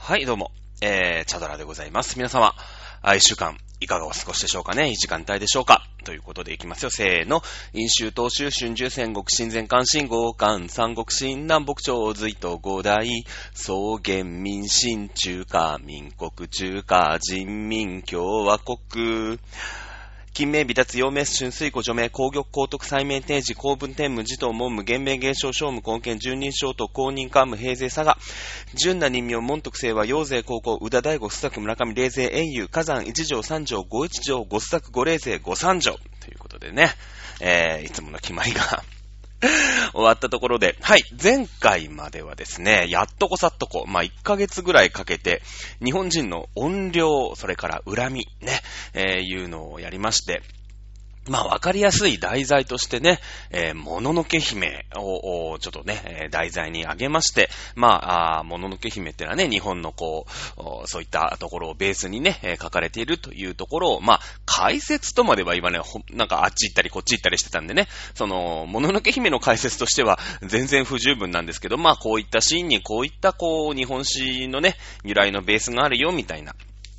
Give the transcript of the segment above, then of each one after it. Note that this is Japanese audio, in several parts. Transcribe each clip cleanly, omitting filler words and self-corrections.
はい、どうも。チャドラでございます。皆様、一週間、いかがお過ごしでしょうかね。いい時間帯でしょうかということでいきますよ。せーの。飲酒、東州、春秋、戦国、親善、関心、豪漢、三国、新南北朝、隋と五代、草原、民進、中華、民国、中華、人民、共和国、金名、微脱、陽明、春水湖、除名、皇玉、皇徳、祭明、定時、公文、天武、持統、文武、元明、元正、聖武、貢献、純任、聖徳、公認、官務、平勢、佐賀、純那、任名、門徳、清和、陽勢、高校、宇田大吾、須作、村上、霊勢、英雄、火山、一条、三条、五一条、五須作、五霊勢、五三条。ということでね、いつもの決まりが、終わったところで、はい、前回まではですね、やっとこさっとこ、1ヶ月ぐらいかけて、日本人の怨霊、それから恨み、ね、いうのをやりまして、わかりやすい題材としてね、もののけ姫をちょっとね、題材に挙げまして、もののけ姫ってのはね、日本のそういったところをベースにね、書かれているというところを、解説とまでは言わない、なんかあっち行ったりこっち行ったりしてたんでね、もののけ姫の解説としては全然不十分なんですけど、こういったシーンにこういった日本史のね、由来のベースがあるよ、みたいな、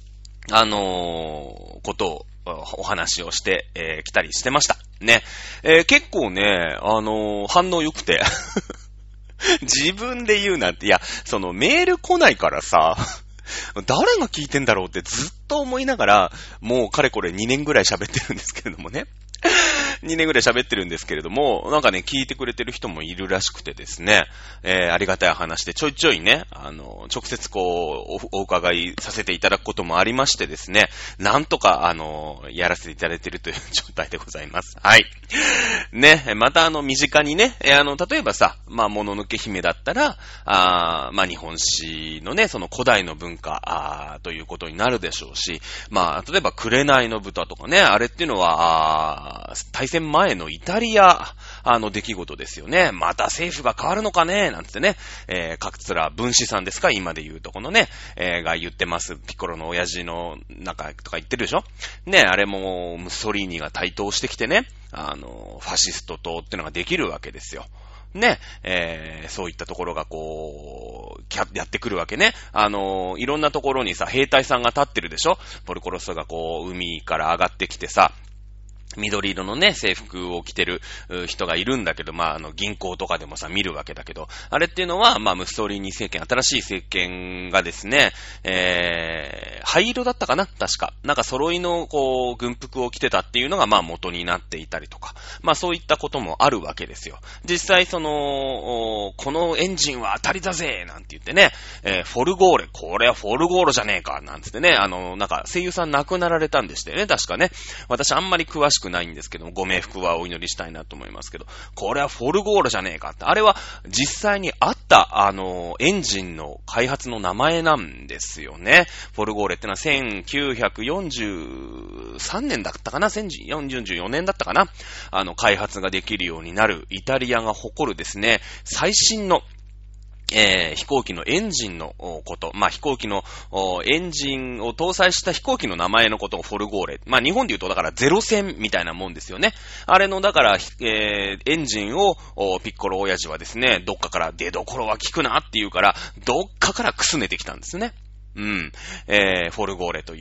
ことを、お話をしてきたりしてました。ね。結構ね、反応良くて。自分で言うなんて、いや、メール来ないからさ、誰が聞いてんだろうってずっと思いながら、もうかれこれ2年ぐらい喋ってるんですけれどもね。2年ぐらい喋ってるんですけれども、なんかね、聞いてくれてる人もいるらしくてですね、ありがたい話でちょいちょいね、直接お伺いさせていただくこともありましてですね、なんとか、やらせていただいているという状態でございます。はい。ね、また身近にね、例えばさ、もののけ姫だったら、日本史のね、その古代の文化、ということになるでしょうし、例えば、紅の豚とかね、あれっていうのは、大戦前のイタリアの出来事ですよね。また政府が変わるのかねなんてね、桂文枝さんですか今で言うとこのね、が言ってます。ピコロの親父の中とか言ってるでしょね、あれもムッソリーニが台頭してきてね、ファシスト党ってのができるわけですよ。ね、そういったところがやってくるわけね。いろんなところにさ、兵隊さんが立ってるでしょポルコロスが海から上がってきてさ、緑色のね、制服を着てる人がいるんだけど、銀行とかでもさ、見るわけだけど、あれっていうのは、ムッソリーニ政権、新しい政権がですね、灰色だったかな確か。なんか揃いの、軍服を着てたっていうのが、元になっていたりとか、そういったこともあるわけですよ。実際、このエンジンは当たりだぜなんて言ってね、フォルゴーレ、これはフォルゴーレじゃねえかなんつってね、なんか声優さん亡くなられたんでしたよね、確かね。私あんまり詳しくないんですけども、ご冥福はお祈りしたいなと思いますけど、これはフォルゴーレじゃねえかって、あれは実際にあった、エンジンの開発の名前なんですよね。フォルゴーレってのは1943年だったかな ?1944 年だったかな開発ができるようになるイタリアが誇るですね、最新の飛行機のエンジンのこと。飛行機のエンジンを搭載した飛行機の名前のことをフォルゴーレ。日本で言うとだからゼロ戦みたいなもんですよね。あれのだから、エンジンをピッコロ親父はですね、どっかから出どころは効くなって言うから、どっかからくすねてきたんですね。フォルゴーレという、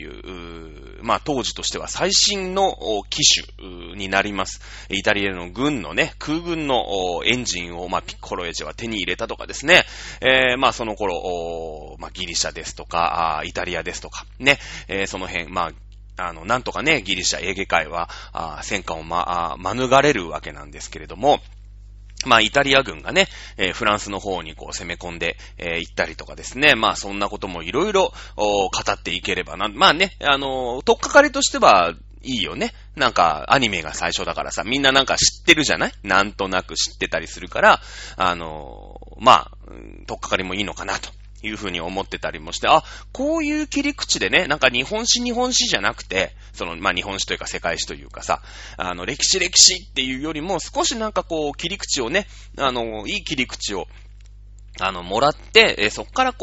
当時としては最新の機種になります。イタリアの軍のね、空軍のエンジンを、ピッコロ親父は手に入れたとかですね、その頃、ギリシャですとか、イタリアですとか、ね、その辺、なんとかね、ギリシャ、エーゲ海は、戦火を免れるわけなんですけれども、イタリア軍がね、フランスの方に攻め込んで、行ったりとかですね。そんなこともいろいろ語っていければな。とっかかりとしてはいいよね。なんか、アニメが最初だからさ、みんななんか知ってるじゃない？なんとなく知ってたりするから、とっかかりもいいのかなと。いうふうに思ってたりもして、こういう切り口でね、なんか日本史じゃなくて、日本史というか世界史というかさ、歴史っていうよりも少しなんか切り口をね、いい切り口を、もらって、そっから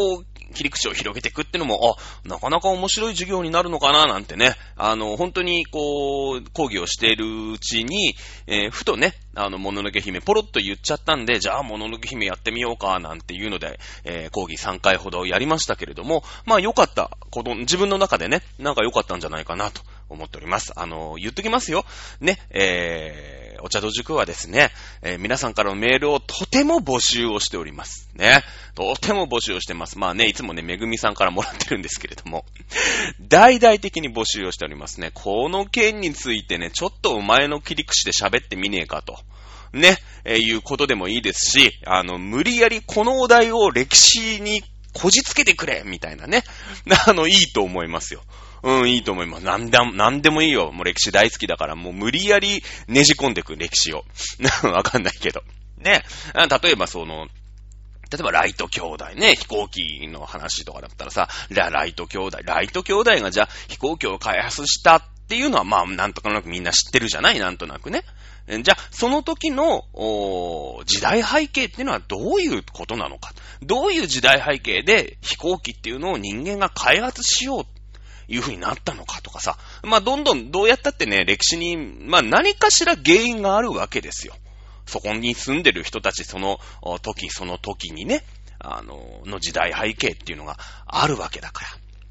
切り口を広げていくってのも、なかなか面白い授業になるのかななんてね、本当に講義をしているうちに、ふとね、もののけ姫ポロッと言っちゃったんで、じゃあもののけ姫やってみようかなんていうので、講義3回ほどやりましたけれども、良かった自分の中でね、なんか良かったんじゃないかなと思っております。言っときますよ。ね、お茶道塾はですね、皆さんからのメールをとても募集をしております。ね。とても募集をしてます。いつもね、めぐみさんからもらってるんですけれども、大々的に募集をしておりますね。この件についてね、ちょっとお前の切り口で喋ってみねえかと。ね、いうことでもいいですし、無理やりこのお題を歴史にこじつけてくれみたいなね。いいと思いますよ。いいと思います。なんでもいいよ。もう歴史大好きだから、もう無理やりねじ込んでく歴史を。わかんないけど。ね。例えばライト兄弟ね、飛行機の話とかだったらさ、ライト兄弟がじゃあ飛行機を開発したっていうのはなんとかなくみんな知ってるじゃないなんとなくね。じゃあ、その時の、時代背景っていうのはどういうことなのか。どういう時代背景で飛行機っていうのを人間が開発しようという風になったのかとかさ。どんどんどうやったってね、歴史に、何かしら原因があるわけですよ。そこに住んでる人たち、その時にね、の時代背景っていうのがあるわけだから。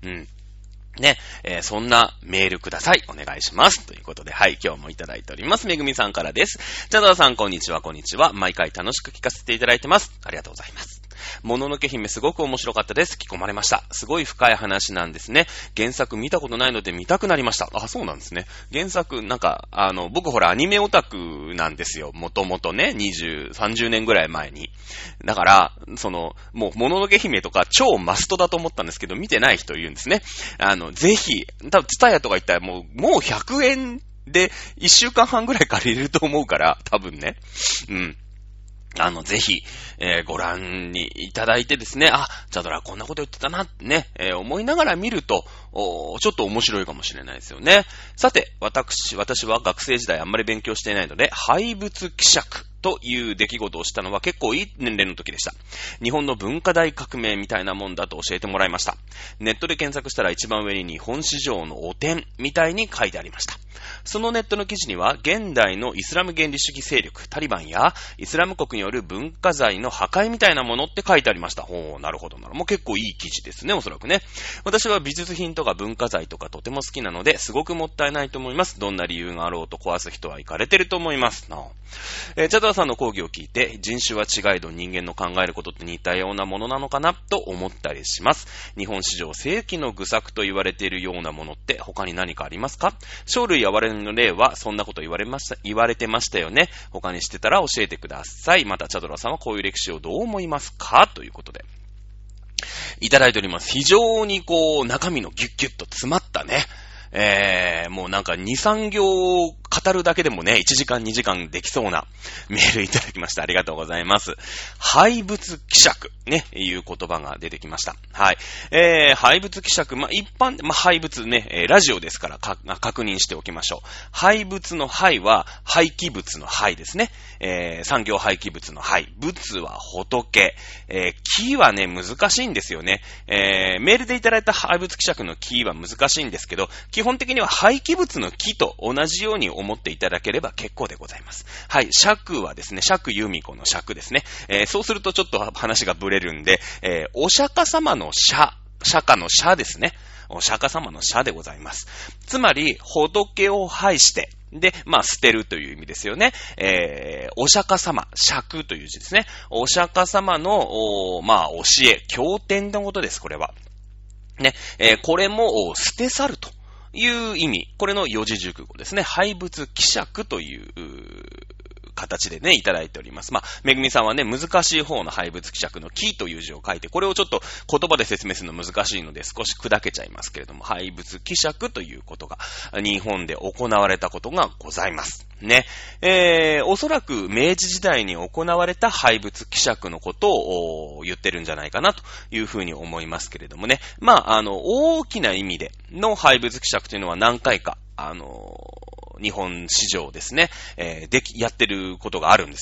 ね、そんなメールください。お願いします。ということで、はい、今日もいただいております。めぐみさんからです。チャドラさん、こんにちは。毎回楽しく聞かせていただいてます。ありがとうございます。もののけ姫すごく面白かったです。聞き込まれました。すごい深い話なんですね。原作見たことないので見たくなりました。そうなんですね。原作、僕ほらアニメオタクなんですよ。もともとね、30年ぐらい前に。だから、もう、もののけ姫とか超マストだと思ったんですけど、見てない人いるんですね。ぜひ、多分、ツタヤとか行ったらもう100円で1週間半ぐらい借りれると思うから、多分ね。ぜひ、ご覧にいただいてですね、チャドラこんなこと言ってたなってね、思いながら見ると、ちょっと面白いかもしれないですよね。さて、私は学生時代あんまり勉強していないので、廃仏毀釈という出来事をしたのは結構いい年齢の時でした。日本の文化大革命みたいなもんだと教えてもらいました。ネットで検索したら一番上に日本史上の汚点みたいに書いてありました。そのネットの記事には、現代のイスラム原理主義勢力、タリバンやイスラム国による文化財の破壊みたいなものって書いてありました。なるほど。もう結構いい記事ですね、おそらくね。私は美術品とか文化財とかとても好きなので、すごくもったいないと思います。どんな理由があろうと壊す人はイカれてると思います。チャドラさんの講義を聞いて、人種は違いど人間の考えることって似たようなものなのかなと思ったりします。日本史上世紀の愚策と言われているようなものって他に何かありますか？生類憐れの例はそんなこと言われてましたよね。他に知ってたら教えてください。またチャドラさんはこういう歴史をどう思いますか？ということでいただいております。非常に中身のギュッギュッと詰まったね。もう2、3行語るだけでもね、1時間2時間できそうなメールいただきました。ありがとうございます。廃仏毀釈ね、いう言葉が出てきました。はい。廃仏毀釈、一般で、廃仏ね、ラジオですから確認しておきましょう。廃仏の廃は廃棄物の廃ですね。産業廃棄物の廃。仏は仏。木はね、難しいんですよね。メールでいただいた廃仏毀釈の木は難しいんですけど、基本的には廃棄物の木と同じように思っていただければ結構でございます。はい。釈はですね、釈由美子の釈ですね。そうするとちょっと話がブレるんで、お釈迦様の釈迦の釈ですね。お釈迦様の釈でございます。つまり、仏を廃して、で、捨てるという意味ですよね。お釈迦様、釈という字ですね。お釈迦様の、教え、経典のことです、これは。ね、これも捨て去るという意味。これの四字熟語ですね。廃仏毀釈という形でね、いただいております。めぐみさんはね、難しい方の廃仏毀釈の木という字を書いて、これをちょっと言葉で説明するの難しいので少し砕けちゃいますけれども、廃仏毀釈ということが日本で行われたことがございます。ね。おそらく明治時代に行われた廃仏毀釈のことを言ってるんじゃないかなというふうに思いますけれどもね。大きな意味での廃仏毀釈というのは何回か、日本史上ですね、やってることがあるんですよ。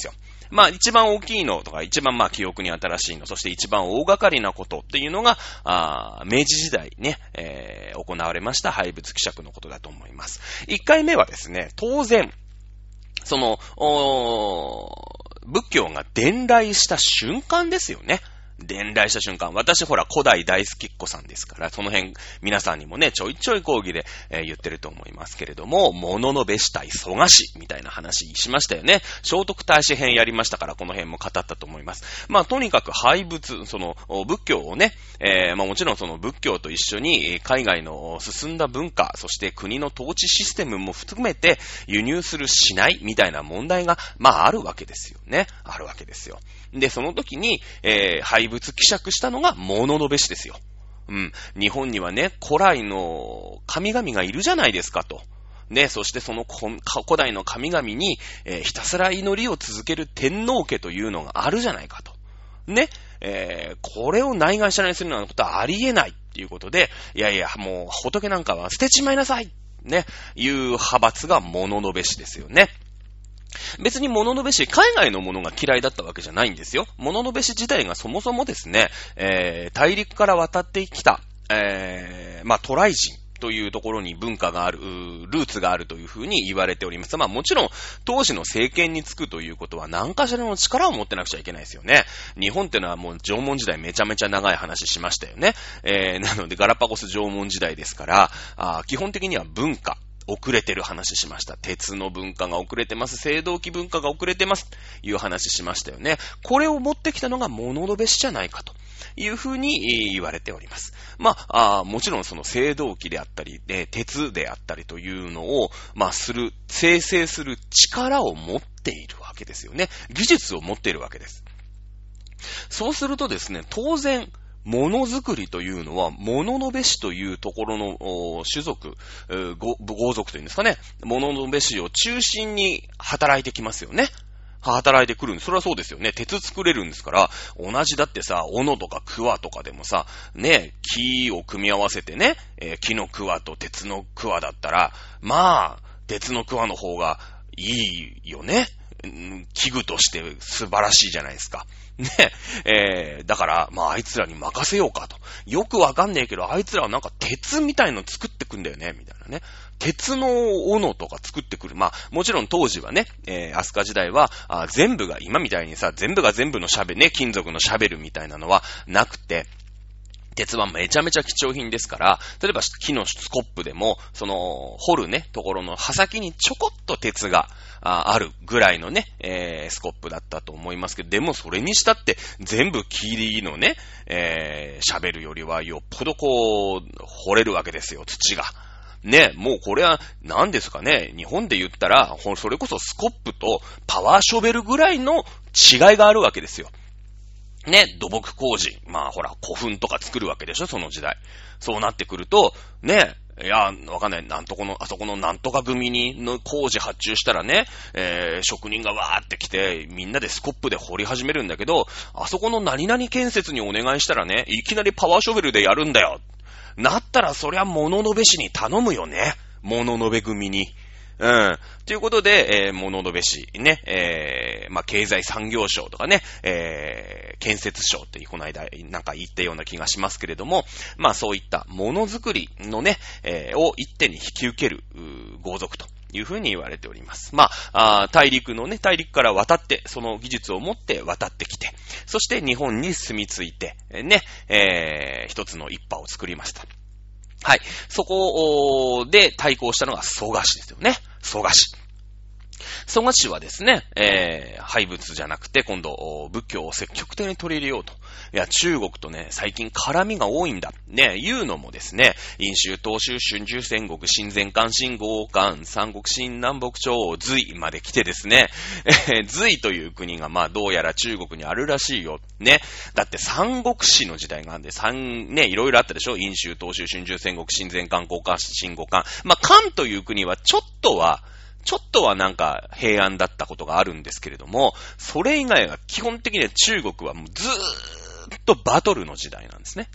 まあ一番大きいのとか、一番まあ記憶に新しいの、そして一番大掛かりなことっていうのが、明治時代ね、行われました廃仏毀釈のことだと思います。1回目はですね、当然、その、仏教が伝来した瞬間ですよね。伝来した瞬間。私ほら古代大好きっ子さんですから、その辺皆さんにもね、ちょいちょい講義で、言ってると思いますけれども、物のべし対蘇我氏みたいな話しましたよね。聖徳太子編やりましたから、この辺も語ったと思います。まあとにかく廃仏、その仏教をね、まあもちろんその仏教と一緒に海外の進んだ文化、そして国の統治システムも含めて輸入するしないみたいな問題が、まああるわけですよね。あるわけですよ。で、その時に、廃仏希釈したのが物のべしですよ。うん。日本にはね、古来の神々がいるじゃないですかと。ね、そしてその古代の神々に、ひたすら祈りを続ける天皇家というのがあるじゃないかと。ね、これを内外者にするようなことはありえないっていうことで、いやいや、もう仏なんかは捨てちまいなさいね、いう派閥が物のべしですよね。別に物のべし、海外のものが嫌いだったわけじゃないんですよ。物のべし自体がそもそもですね、大陸から渡ってきた、まあ渡来人というところに文化がある、ルーツがあるというふうに言われております。まあもちろん当時の政権につくということは何かしらの力を持ってなくちゃいけないですよね。日本ってのはもう縄文時代めちゃめちゃ長い話しましたよね。なのでガラパゴス縄文時代ですから、基本的には文化。遅れてる話しました。鉄の文化が遅れてます。青銅器文化が遅れてます。いう話しましたよね。これを持ってきたのが物のべしじゃないかというふうに言われております。まあ、もちろんその青銅器であったり、鉄であったりというのを、まあ、生成する力を持っているわけですよね。技術を持っているわけです。そうするとですね、当然、ものづくりというのは、物のべしというところの種族、豪族というんですかね、物のべしを中心に働いてきますよね。働いてくるんです。それはそうですよね。鉄作れるんですから、同じだってさ、斧とか桑とかでもさ、ね、木を組み合わせてね、木の桑と鉄の桑だったら、まあ、鉄の桑の方がいいよね。器具として素晴らしいじゃないですか。ね、だから、まああいつらに任せようかと。よくわかんねえけど、あいつらはなんか鉄みたいの作ってくんだよね、みたいなね。鉄の斧とか作ってくる。まあ、もちろん当時はね、飛鳥時代は、全部が、今みたいにさ、全部が全部のシャベル、ね、金属のシャベルみたいなのはなくて、鉄はめちゃめちゃ貴重品ですから、例えば木のスコップでも、その、掘るね、ところの刃先にちょこっと鉄があるぐらいのね、スコップだったと思いますけど、でもそれにしたって全部木のね、シャベルよりはよっぽどこう、掘れるわけですよ、土が。ね、もうこれは何ですかね、日本で言ったら、それこそスコップとパワーショベルぐらいの違いがあるわけですよ。ね、土木工事。まあほら、古墳とか作るわけでしょ、その時代。そうなってくると、ね、いや、わかんない。あそこのなんとか組の工事発注したらね、職人がわーって来て、みんなでスコップで掘り始めるんだけど、あそこの何々建設にお願いしたらね、いきなりパワーショベルでやるんだよ。なったらそりゃ物のべしに頼むよね。物のべ組に。うん。ということで、物のべし、ね、まあ、経済産業省とかね、建設省ってこの間なんか言ったような気がしますけれども、まあ、そういったものづくりのね、を一手に引き受ける豪族というふうに言われております。まあ、大陸から渡って、その技術を持って渡ってきて、そして日本に住み着いて、ね、一つの一派を作りました。はい。そこで対抗したのが蘇我氏ですよね。蘇我氏。蘇我氏はですね、廃仏じゃなくて今度仏教を積極的に取り入れようと。いや、中国とね、最近絡みが多いんだ。ね、いうのもですね、殷州、東州、春秋、戦国、新前漢、新豪漢、三国、新南北朝、隋まで来てですね、隋という国がまあどうやら中国にあるらしいよ。ね。だって三国志の時代があるんで、ね、いろいろあったでしょ。殷州、東州、春秋、戦国、新前漢、豪漢、新豪漢。まあ、漢という国はちょっとはなんか平安だったことがあるんですけれども、それ以外は基本的には中国はもうずーっとバトルの時代なんですね。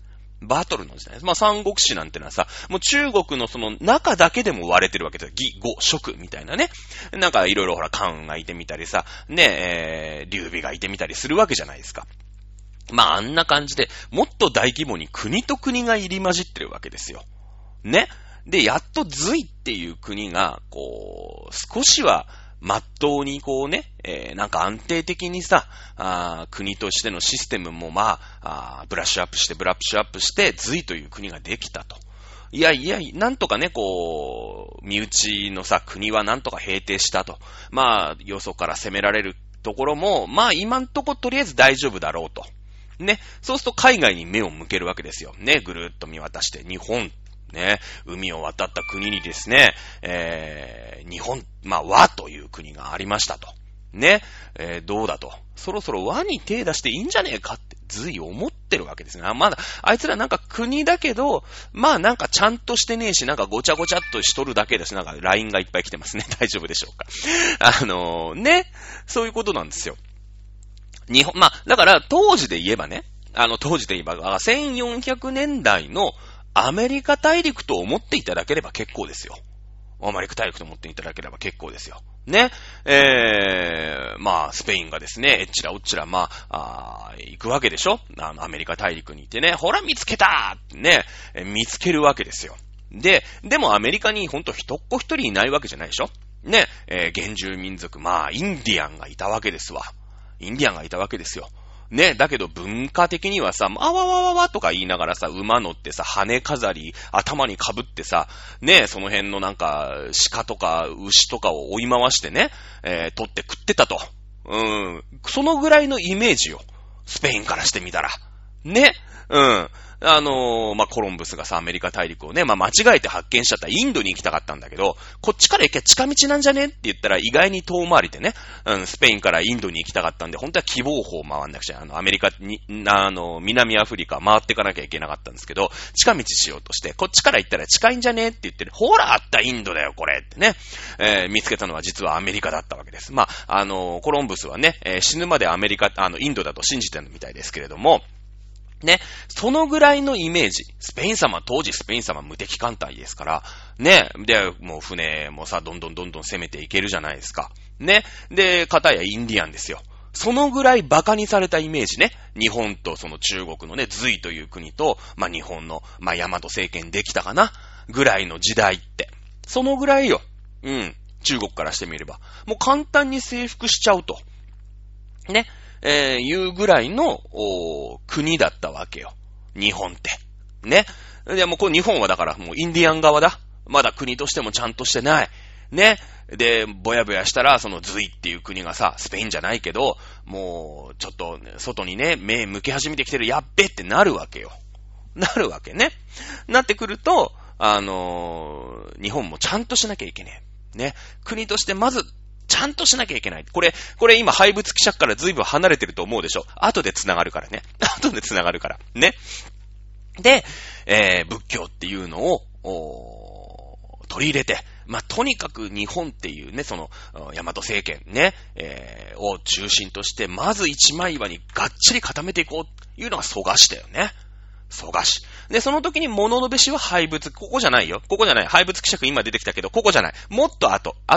バトルの時代です。まあ、三国志なんてのはさ、もう中国のその中だけでも割れてるわけですよ。義、呉、蜀みたいなね。なんかいろいろほら、関羽がいてみたりさ、ね、劉備がいてみたりするわけじゃないですか。まあ、あんな感じで、もっと大規模に国と国が入り混じってるわけですよ。ね。で、やっと隋っていう国が、こう、少しは、まっとうにこうね、なんか安定的にさ、国としてのシステムもまあ、ブラッシュアップして、隋という国ができたと。いや、なんとかね、こう、身内のさ、国はなんとか平定したと。まあ、よそから攻められるところも、まあ、今んとことりあえず大丈夫だろうと。ね。そうすると海外に目を向けるわけですよ。ね。ぐるーっと見渡して、日本。ね、海を渡った国にですね、日本、まあ、和という国がありましたと。ね、どうだと。そろそろ和に手出していいんじゃねえかって随思ってるわけですね。まだ、あいつらなんか国だけど、まあなんかちゃんとしてねえし、なんかごちゃごちゃっとしとるだけだし、なんか LINE がいっぱい来てますね。大丈夫でしょうか。ね、そういうことなんですよ。日本、まあ、だから当時で言えばね、1400年代のアメリカ大陸と思っていただければ結構ですよ。アメリカ大陸と思っていただければ結構ですよ。ね。まあ、スペインがですね、えっちらおっちら、まあ、行くわけでしょ？アメリカ大陸に行ってね、ほら見つけたってね、見つけるわけですよ。でもアメリカにほんと一っ子一人いないわけじゃないでしょ？ね。原住民族、まあ、インディアンがいたわけですわ。インディアンがいたわけですよ。ね、だけど文化的にはさ、あわわわわとか言いながらさ、馬乗ってさ、羽飾り、頭に被ってさ、ね、その辺のなんか、鹿とか牛とかを追い回してね、取って食ってたと。そのぐらいのイメージよ。スペインからしてみたら。ね、まあ、コロンブスがさ、アメリカ大陸をね、まあ、間違えて発見しちゃったインドに行きたかったんだけど、こっちから行けば近道なんじゃねって言ったら意外に遠回りでね、スペインからインドに行きたかったんで、本当は希望法を回んなくちゃ、アメリカに、南アフリカ回ってかなきゃいけなかったんですけど、近道しようとして、こっちから行ったら近いんじゃねって言ってる、ほらあったインドだよ、これってね、見つけたのは実はアメリカだったわけです。まあ、コロンブスはね、死ぬまでアメリカ、インドだと信じてるみたいですけれども、ね、そのぐらいのイメージ。当時スペイン様無敵艦隊ですから、ね、で、もう船もさ、どんどん攻めていけるじゃないですか。ね、で、片やインディアンですよ。そのぐらい馬鹿にされたイメージね。日本とその中国のね、隋という国と、まあ、日本の、まあ、大和政権できたかなぐらいの時代って。そのぐらいよ。中国からしてみれば。もう簡単に征服しちゃうと。ね。いうぐらいの国だったわけよ。日本って。ね。でもうこれ日本はだからもうインディアン側だ。まだ国としてもちゃんとしてない。ね。で、ぼやぼやしたらその隋っていう国がさ、スペインじゃないけど、もうちょっと外にね、目向け始めてきてる、やっべってなるわけよ。なるわけね。なってくると、日本もちゃんとしなきゃいけねえ。ね。国としてまず、ちゃんとしなきゃいけない。これ今、廃仏希釈から随分離れてると思うでしょ。後で繋がるからね。後で繋がるから。ね。で、仏教っていうのを、取り入れて、まあ、とにかく日本っていうね、その、大和政権ね、を中心として、まず一枚岩にがっちり固めていこうっていうのが蘇我氏だよね。蘇我氏。で、その時に物部氏は廃仏、ここじゃないよ。ここじゃない。廃仏希釈今出てきたけど、ここじゃない。もっとあと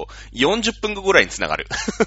40分後ぐらいに繋がる。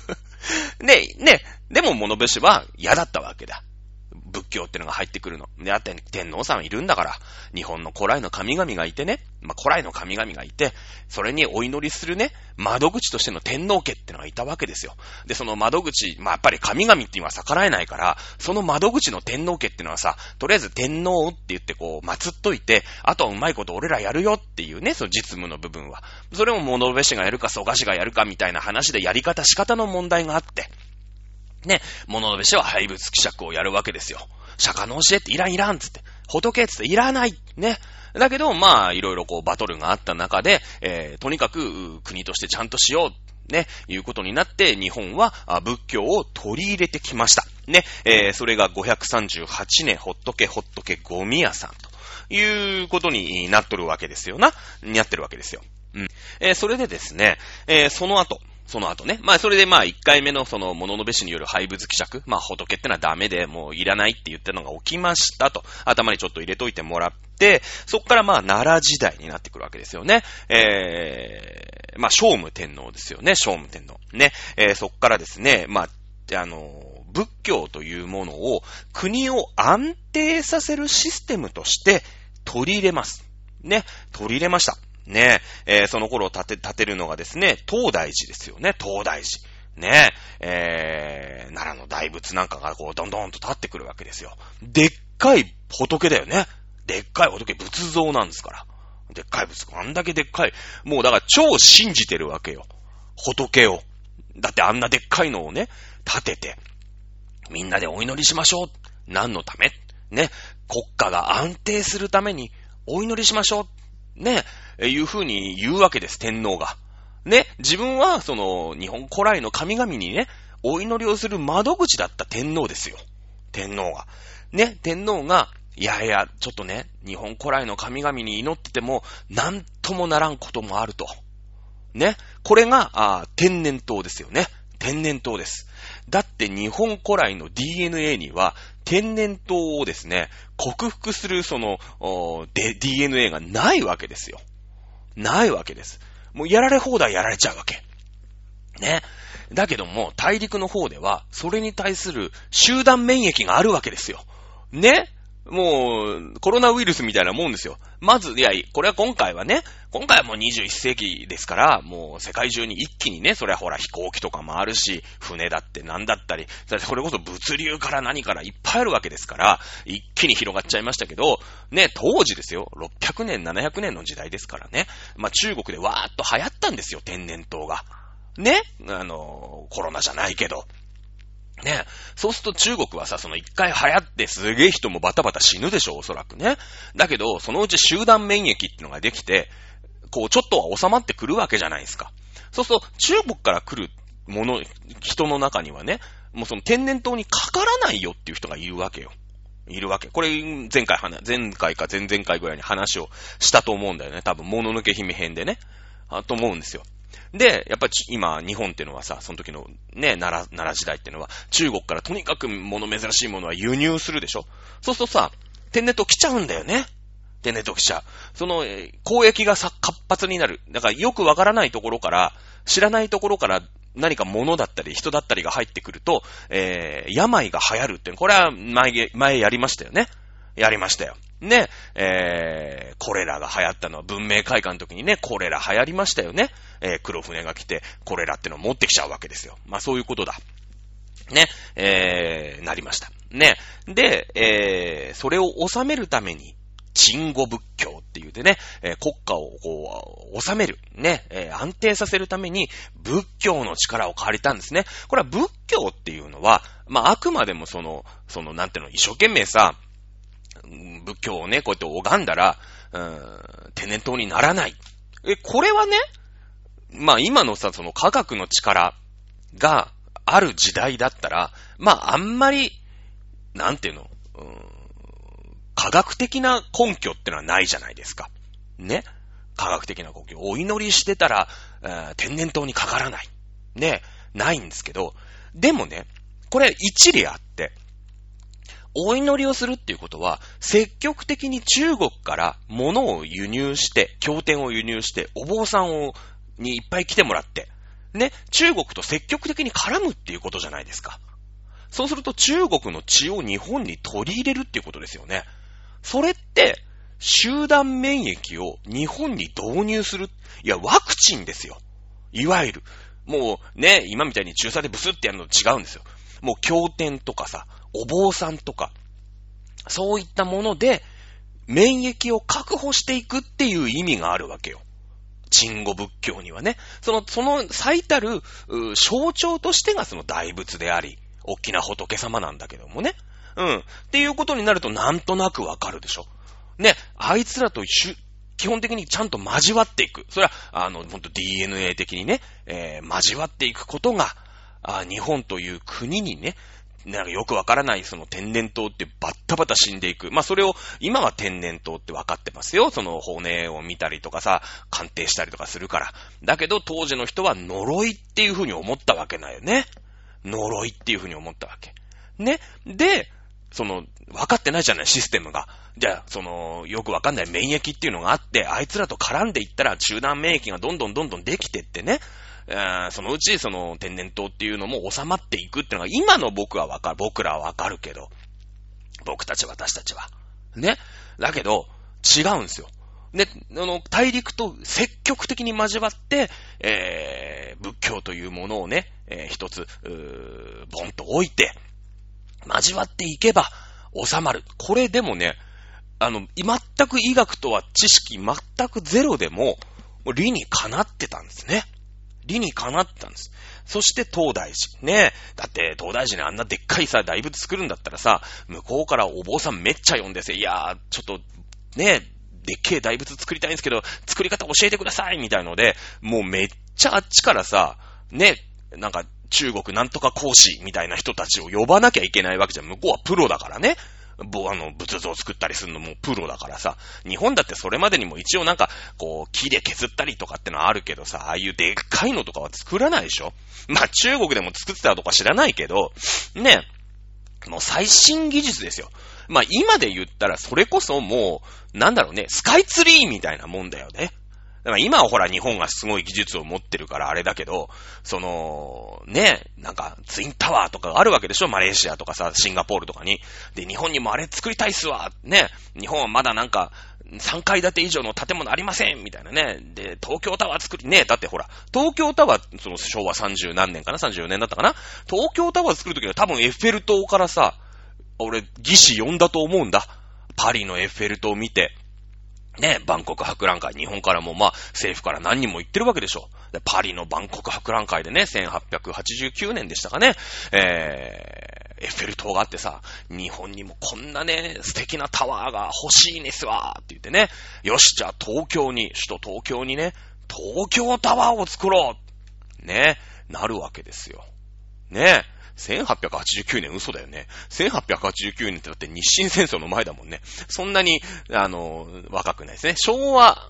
でも物部氏は嫌だったわけだ。仏教ってのが入ってくるの。で、天皇さんいるんだから、日本の古来の神々がいてね、まあ、古来の神々がいて、それにお祈りするね、窓口としての天皇家ってのがいたわけですよ。で、その窓口、まあ、やっぱり神々っていうのは逆らえないから、その窓口の天皇家ってのはさ、とりあえず天皇って言ってこう、祀っといて、あとはうまいこと俺らやるよっていうね、その実務の部分は。それも物部氏がやるか、蘇我氏がやるかみたいな話でやり方、仕方の問題があって、ね、物部氏は廃仏希釈をやるわけですよ。釈迦の教えっていらんつって。仏っつっていらない。ね。だけど、まあ、いろいろこうバトルがあった中で、とにかく国としてちゃんとしよう。ね。いうことになって、日本は仏教を取り入れてきました。ね。それが538年、ほっとけゴミ屋さんということになっとるわけですよな。なってるわけですよ。それでですね、その後、 その後ね。まあそれでまあ1回目のその物のべしによる廃仏希釈。まあ仏ってのはダメでもういらないって言ったのが起きましたと。頭にちょっと入れといてもらって、そっからまあ奈良時代になってくるわけですよね。まあ聖武天皇ですよね。聖武天皇。ね。そっからですね、まあ、仏教というものを国を安定させるシステムとして取り入れます。ね。取り入れました。ねその頃建てるのがですね、東大寺ですよね、東大寺。ね奈良の大仏なんかがこう、どんどんと立ってくるわけですよ。でっかい仏だよね。でっかい仏、仏像なんですから。でっかい仏像、あんだけでっかい。もうだから超信じてるわけよ。仏を。だってあんなでっかいのをね、立てて、みんなでお祈りしましょう。何のためね、国家が安定するためにお祈りしましょう。ね、いう風に言うわけです、天皇が。ね、自分は、その、日本古来の神々にね、お祈りをする窓口だった天皇ですよ。天皇が。ね、天皇が、いやいや、ちょっとね、日本古来の神々に祈ってても、なんともならんこともあると。ね、これが、天然痘ですよね。天然痘です。だって日本古来の DNA には天然痘をですね、克服するそのDNA がないわけですよ。ないわけです。もうやられ放題やられちゃうわけ。ね。だけども大陸の方ではそれに対する集団免疫があるわけですよ。ね。もう、コロナウイルスみたいなもんですよ。まず、いや、これは今回はもう21世紀ですから、もう世界中に一気にね、それはほら飛行機とかもあるし、船だって何だったり、それこそ物流から何からいっぱいあるわけですから、一気に広がっちゃいましたけど、ね、当時ですよ、600年、700年の時代ですからね、まあ中国でわーっと流行ったんですよ、天然痘が。ね、コロナじゃないけど。ね。そうすると中国はさ、その一回流行ってすげえ人もバタバタ死ぬでしょ、おそらくね。だけど、そのうち集団免疫っていうのができて、こう、ちょっとは収まってくるわけじゃないですか。そうすると、中国から来る人の中にはね、もうその天然痘にかからないよっていう人がいるわけよ。いるわけ。これ、前回か前々回ぐらいに話をしたと思うんだよね。多分、もののけ姫編でね。と思うんですよ。で、やっぱり今、日本っていうのはさ、その時のね、奈良時代っていうのは、中国からとにかく珍しいものは輸入するでしょ。そうするとさ、天然痘来ちゃうんだよね。天然痘来ちゃう。その、交易が活発になる。だからよくわからないところから、知らないところから何か物だったり人だったりが入ってくると、病が流行るっていうの、これは前やりましたよね。やりましたよ。ね、コレラが流行ったのは文明開化の時にね、コレラ流行りましたよね。黒船が来て、コレラってのを持ってきちゃうわけですよ。まあそういうことだ。ね、なりました。ね。で、それを収めるために、鎮護仏教っていうでね、国家をこう、収める、ね、安定させるために仏教の力を借りたんですね。これは仏教っていうのは、まああくまでもなんていうの、一生懸命さ、仏教をね、こうやって拝んだら、天然痘にならない。これはね、まあ今のさ、その科学の力がある時代だったら、まああんまり、なんていうの、科学的な根拠ってのはないじゃないですか。ね。科学的な根拠。お祈りしてたら、天然痘にかからない。ね。ないんですけど、でもね、これ一理あって、お祈りをするっていうことは、積極的に中国から物を輸入して、経典を輸入して、お坊さんにいっぱい来てもらって、ね、中国と積極的に絡むっていうことじゃないですか。そうすると中国の血を日本に取り入れるっていうことですよね。それって、集団免疫を日本に導入する。いや、ワクチンですよ。いわゆる。もうね、今みたいに注射でブスってやるのと違うんですよ。もう経典とかさ、お坊さんとか、そういったもので免疫を確保していくっていう意味があるわけよ。鎮護仏教にはね。その最たる象徴としてがその大仏であり、大きな仏様なんだけどもね。っていうことになるとなんとなくわかるでしょ。ね、あいつらと基本的にちゃんと交わっていく。それは、ほんと DNA 的にね、交わっていくことが、日本という国にね、 なんかよくわからないその天然痘ってバッタバタ死んでいく。まあそれを今は天然痘ってわかってますよ。その骨を見たりとかさ、鑑定したりとかするから。だけど当時の人は呪いっていう風に思ったわけだよね。呪いっていう風に思ったわけ。ね。で、分かってないじゃない、システムが。じゃあ、よくわかんない免疫っていうのがあって、あいつらと絡んでいったら集団免疫がどんどんできてってね。そのうち、天然痘っていうのも収まっていくっていうのが、今の僕らはわかるけど、私たちは。ね。だけど、違うんですよ。で、大陸と積極的に交わって、仏教というものをね、一つ、ボンと置いて、交わっていけば収まる。これでもね、全く医学とは知識全くゼロでも、理にかなってたんですね。理にかなったんです。そして東大寺。ね。だって東大寺にあんなでっかいさ、大仏作るんだったらさ、向こうからお坊さんめっちゃ呼んでさ、いやー、ちょっと、ね、でっけえ大仏作りたいんですけど、作り方教えてくださいみたいので、もうめっちゃあっちからさ、ね、なんか中国なんとか講師みたいな人たちを呼ばなきゃいけないわけじゃん。向こうはプロだからね。仏像を作ったりするのもプロだからさ。日本だってそれまでにも一応なんか、木で削ったりとかってのはあるけどさ、ああいうでっかいのとかは作らないでしょ。まあ中国でも作ってたとか知らないけど、ね、もう最新技術ですよ。まあ今で言ったらそれこそもう、なんだろうね、スカイツリーみたいなもんだよね。だから今はほら日本がすごい技術を持ってるからあれだけど、ね、なんかツインタワーとかがあるわけでしょ、マレーシアとかさ、シンガポールとかに。で、日本にもあれ作りたいっすわ。ね、日本はまだなんか3階建て以上の建物ありませんみたいなね。で、東京タワー作り、ね、だってほら、東京タワー、昭和30何年かな ?34 年だったかな、東京タワー作るときは多分エッフェル塔からさ、俺、技師呼んだと思うんだ。パリのエッフェル塔を見て。ね、万国博覧会、日本からも政府から何人も言ってるわけでしょ。でパリの万国博覧会でね、1889年でしたかね、エッフェル塔があってさ、日本にもこんなね、素敵なタワーが欲しいんですわって言ってね、よし、じゃあ首都東京にね、東京タワーを作ろうね、なるわけですよ。ね。1889年嘘だよね。1889年ってだって日清戦争の前だもんね。そんなに、若くないですね。昭和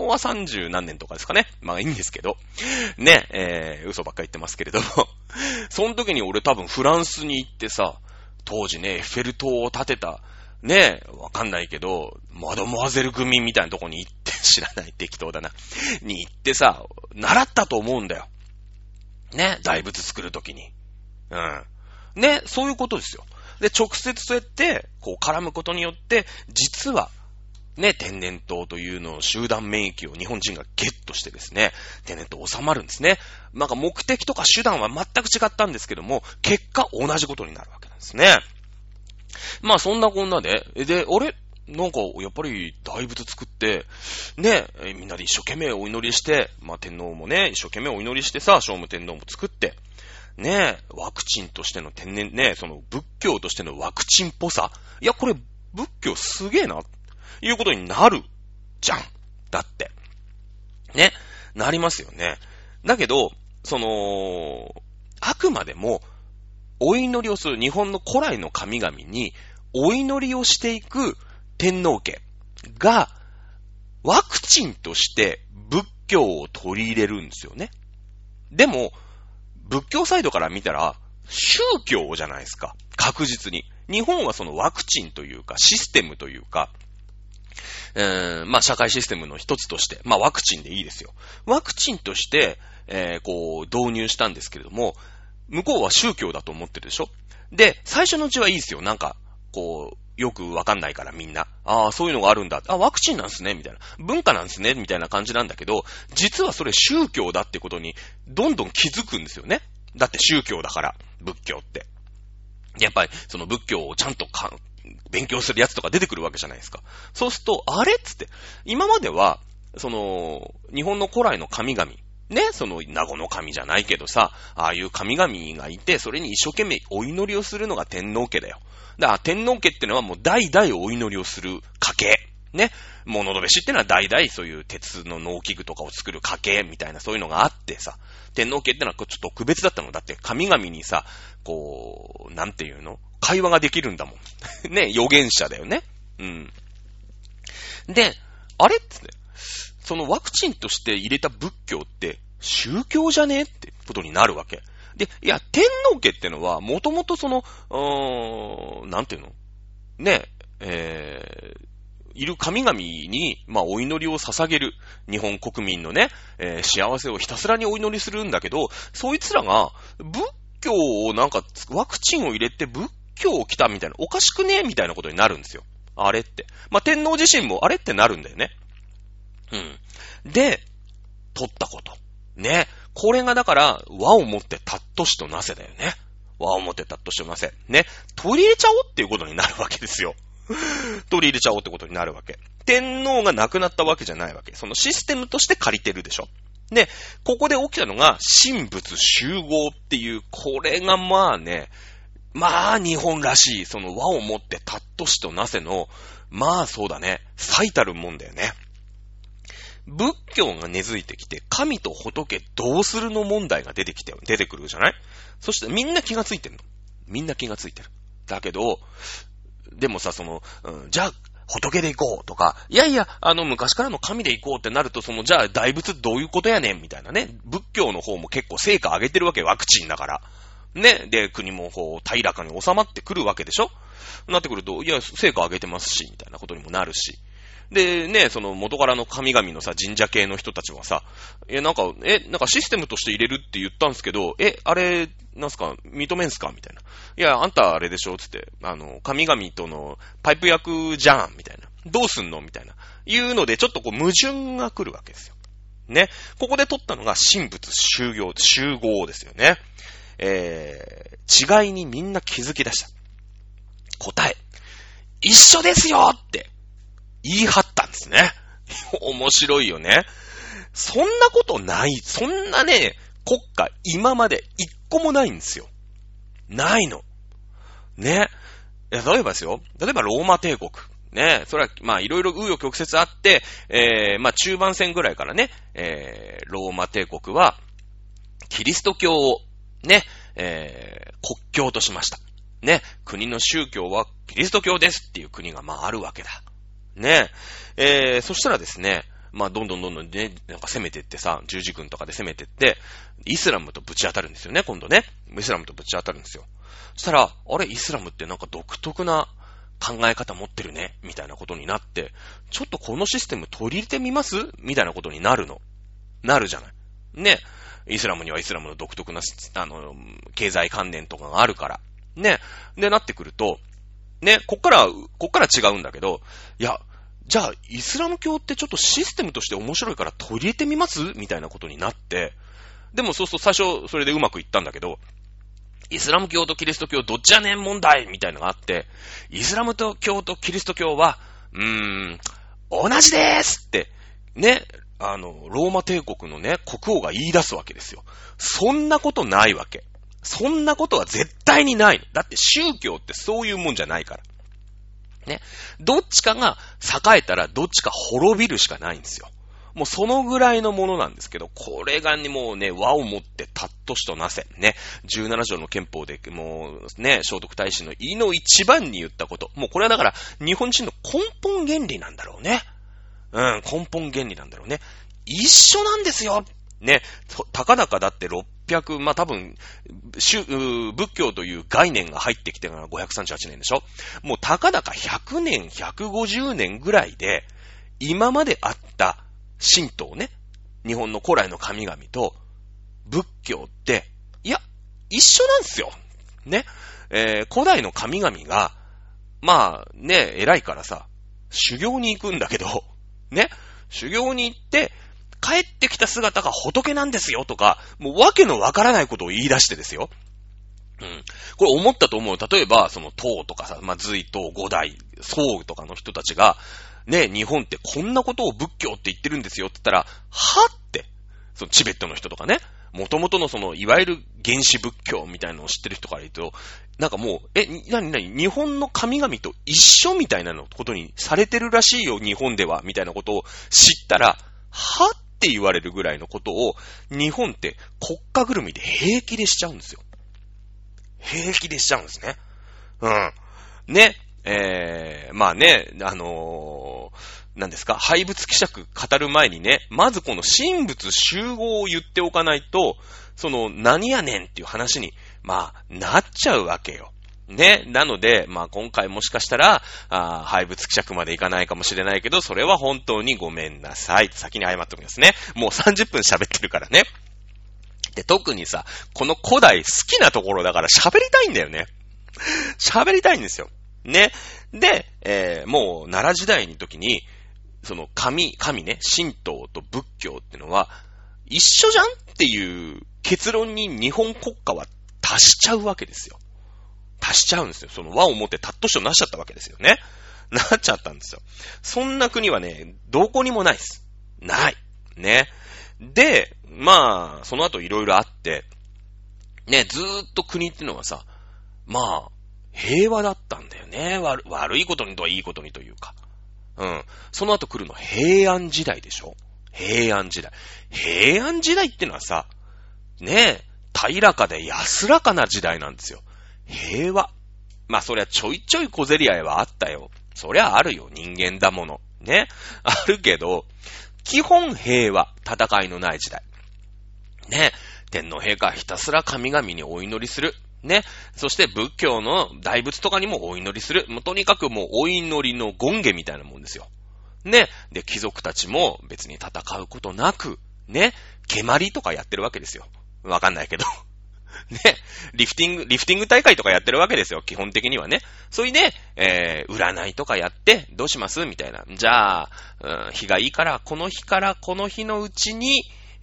30何年とかですかね。まあいいんですけど。ね、嘘ばっかり言ってますけれども。その時に俺多分フランスに行ってさ、当時ね、エッフェル塔を建てた、ね、わかんないけど、マドモアゼル組みたいなとこに行って、知らない適当だな。に行ってさ、習ったと思うんだよ。ね、大仏作る時に。うん。ね、そういうことですよ。で、直接そうやって、絡むことによって、実は、ね、天然痘というのを集団免疫を日本人がゲットしてですね、天然痘収まるんですね。なんか目的とか手段は全く違ったんですけども、結果同じことになるわけなんですね。まあそんなこんなで、なんかやっぱり大仏作って、ね、みんなで一生懸命お祈りして、まあ天皇もね、一生懸命お祈りしてさ、聖武天皇も作って、ねえ、ワクチンとしての天然、ね、仏教としてのワクチンっぽさ。いや、これ、仏教すげえな、いうことになるじゃん。だって。ね、なりますよね。だけど、あくまでも、お祈りをする、日本の古来の神々に、お祈りをしていく天皇家が、ワクチンとして仏教を取り入れるんですよね。でも、仏教サイドから見たら、宗教じゃないですか。確実に。日本はそのワクチンというか、システムというか、まあ社会システムの一つとして、まあワクチンでいいですよ。ワクチンとして、導入したんですけれども、向こうは宗教だと思ってるでしょ。で、最初のうちはいいですよ。なんか、よくわかんないからみんな。ああ、そういうのがあるんだ。あ、ワクチンなんすねみたいな。文化なんすねみたいな感じなんだけど、実はそれ宗教だってことに、どんどん気づくんですよね。だって宗教だから、仏教って。やっぱり、その仏教をちゃんと勉強するやつとか出てくるわけじゃないですか。そうすると、あれっつって、今までは、日本の古来の神々、ね、名護の神じゃないけどさ、ああいう神々がいて、それに一生懸命お祈りをするのが天皇家だよ。だから天皇家ってのはもう代々お祈りをする家系。 ね。物戸部氏ってのは代々そういう鉄の農機具とかを作る家系みたいなそういうのがあってさ、天皇家ってのはちょっと特別だったの。だって神々にさ、こう、なんていうの？会話ができるんだもん。ね、預言者だよね。うん。で、あれってね、そのワクチンとして入れた仏教って宗教じゃねってことになるわけ。で、いや、天皇家ってのはもともとその、なんていうの？ね、いる神々に、まあ、お祈りを捧げる日本国民のね、幸せをひたすらにお祈りするんだけど、そいつらが仏教をなんかワクチンを入れて仏教を来たみたいな、おかしくねみたいなことになるんですよ。あれって。まあ、天皇自身もあれってなるんだよね。うん。で、取ったこと。ね。これがだから、和をもってたっとしとなせだよね。和をもってたっとしとなせ。ね。取り入れちゃおうっていうことになるわけですよ。取り入れちゃおうってことになるわけ。天皇が亡くなったわけじゃないわけ。そのシステムとして借りてるでしょ。で、ここで起きたのが、神仏集合っていう、これがまあね、まあ日本らしい、その和をもってたっとしとなせの、まあそうだね、最たるもんだよね。仏教が根付いてきて、神と仏どうするの問題が出てくるじゃない？そしてみんな気がついてるの。みんな気がついてる。だけど、でもさ、じゃあ、仏で行こうとか、いやいや、昔からの神で行こうってなると、じゃあ、大仏どういうことやねんみたいなね。仏教の方も結構成果上げてるわけ、ワクチンだから。ね。で、国も平らかに収まってくるわけでしょ？なってくると、いや、成果上げてますし、みたいなことにもなるし。で、ね、元からの神々のさ、神社系の人たちはさ、なんかシステムとして入れるって言ったんですけど、あれ、なんすか、認めんすかみたいな。いや、あんたあれでしょつって、神々とのパイプ役じゃんみたいな。どうすんのみたいな。いうので、ちょっと矛盾が来るわけですよ。ね。ここで取ったのが神仏集合ですよね。違いにみんな気づき出した。答え。一緒ですよって言い張ったんですね。面白いよね。そんなことない。そんなね、国家今まで一個もないんですよ。ないの。ね。例えばですよ。例えばローマ帝国。ね。それは、まあいろいろ紆余曲折あって、まあ中盤戦ぐらいからね、ローマ帝国は、キリスト教を、ね、国教としました。ね。国の宗教はキリスト教ですっていう国がまああるわけだ。ね。そしたらですね、まあ、どんどんね、なんか攻めてってさ、十字軍とかで攻めてって、イスラムとぶち当たるんですよね、今度ね。イスラムとぶち当たるんですよ。そしたら、あれ、イスラムってなんか独特な考え方持ってるね、みたいなことになって、ちょっとこのシステム取り入れてみますみたいなことになるの。なるじゃない。ね。イスラムにはイスラムの独特な、経済観念とかがあるから。ね。で、なってくると、ね、こっから違うんだけど、いや、じゃあ、イスラム教ってちょっとシステムとして面白いから取り入れてみますみたいなことになって、でもそうすると最初それでうまくいったんだけど、イスラム教とキリスト教どっちやねん問題みたいなのがあって、イスラム教とキリスト教は、同じですって、ね、ローマ帝国のね、国王が言い出すわけですよ。そんなことないわけ。そんなことは絶対にないの。だって宗教ってそういうもんじゃないから。ね。どっちかが栄えたらどっちか滅びるしかないんですよ。もうそのぐらいのものなんですけど、これがね、もうね、和をもってたっとしとなせ。ね。17条の憲法でもうね、聖徳太子の意の一番に言ったこと。もうこれはだから日本人の根本原理なんだろうね。根本原理なんだろうね。一緒なんですよ。ね。たかだかだって600、まあ、多分、仏教という概念が入ってきてから538年でしょ？もうたかだか100年、150年ぐらいで、今まであった神道ね、日本の古来の神々と仏教って、いや、一緒なんですよ。ね。古代の神々が、まあね、偉いからさ、修行に行くんだけど、ね、修行に行って、帰ってきた姿が仏なんですよとか、もうわけのわからないことを言い出してですよ。これ思ったと思う。例えば、唐とかさ、まあ、隋唐五代、宋とかの人たちが、ね、日本ってこんなことを仏教って言ってるんですよって言ったら、はって、チベットの人とかね、 元々のその、いわゆる原始仏教みたいなのを知ってる人から言うと、なんかもう、日本の神々と一緒みたいなのことにされてるらしいよ、日本では、みたいなことを知ったら、はって言われるぐらいのことを、日本って国家ぐるみで平気でしちゃうんですよ。平気でしちゃうんですね。うん。ね。まあね、何ですか、廃仏希釈語る前にね、まずこの神仏集合を言っておかないと、その何やねんっていう話に、まあ、なっちゃうわけよ。ね。なので、まあ今回もしかしたら、廃仏希釈までいかないかもしれないけど、それは本当にごめんなさい。先に謝っておきますね。もう30分喋ってるからね。で、特にさ、この古代好きなところだから喋りたいんだよね。喋りたいんですよ。ね。で、もう奈良時代の時に、その神ね、神道と仏教ってのは一緒じゃんっていう結論に日本国家は達しちゃうわけですよ。達しちゃうんですよ。その和をもってたっとしをなしちゃったわけですよね。なっちゃったんですよ。そんな国はね、どこにもないです。ない。ね。で、まあ、その後いろいろあって、ね、ずーっと国ってのはさ、まあ、平和だったんだよね。悪いことにとはいいことにというか。うん。その後来るの平安時代でしょ？平安時代。平安時代ってのはさ、ねえ、平らかで安らかな時代なんですよ。平和。まあそりゃちょいちょい小競り合いはあったよ。そりゃあるよ。人間だもの。ね。あるけど、基本平和。戦いのない時代。ね。天皇陛下ひたすら神々にお祈りする。ね。そして仏教の大仏とかにもお祈りする。もうとにかくもうお祈りの権化みたいなもんですよ。ね。で、貴族たちも別に戦うことなく、ね。蹴鞠とかやってるわけですよ。わかんないけど。ね。リフティング大会とかやってるわけですよ。基本的にはね。それで、占いとかやって、どうしますみたいな。じゃあ、日がいいから、この日からこの日のうちに、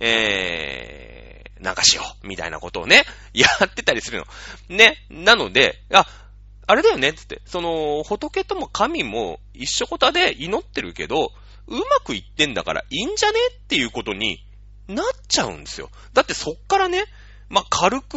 なんかしよう、みたいなことをね、やってたりするの。ね。なので、あれだよね、つって。その、仏とも神も一緒こたで祈ってるけど、うまくいってんだからいいんじゃねっていうことになっちゃうんですよ。だってそっからね、まあ、軽く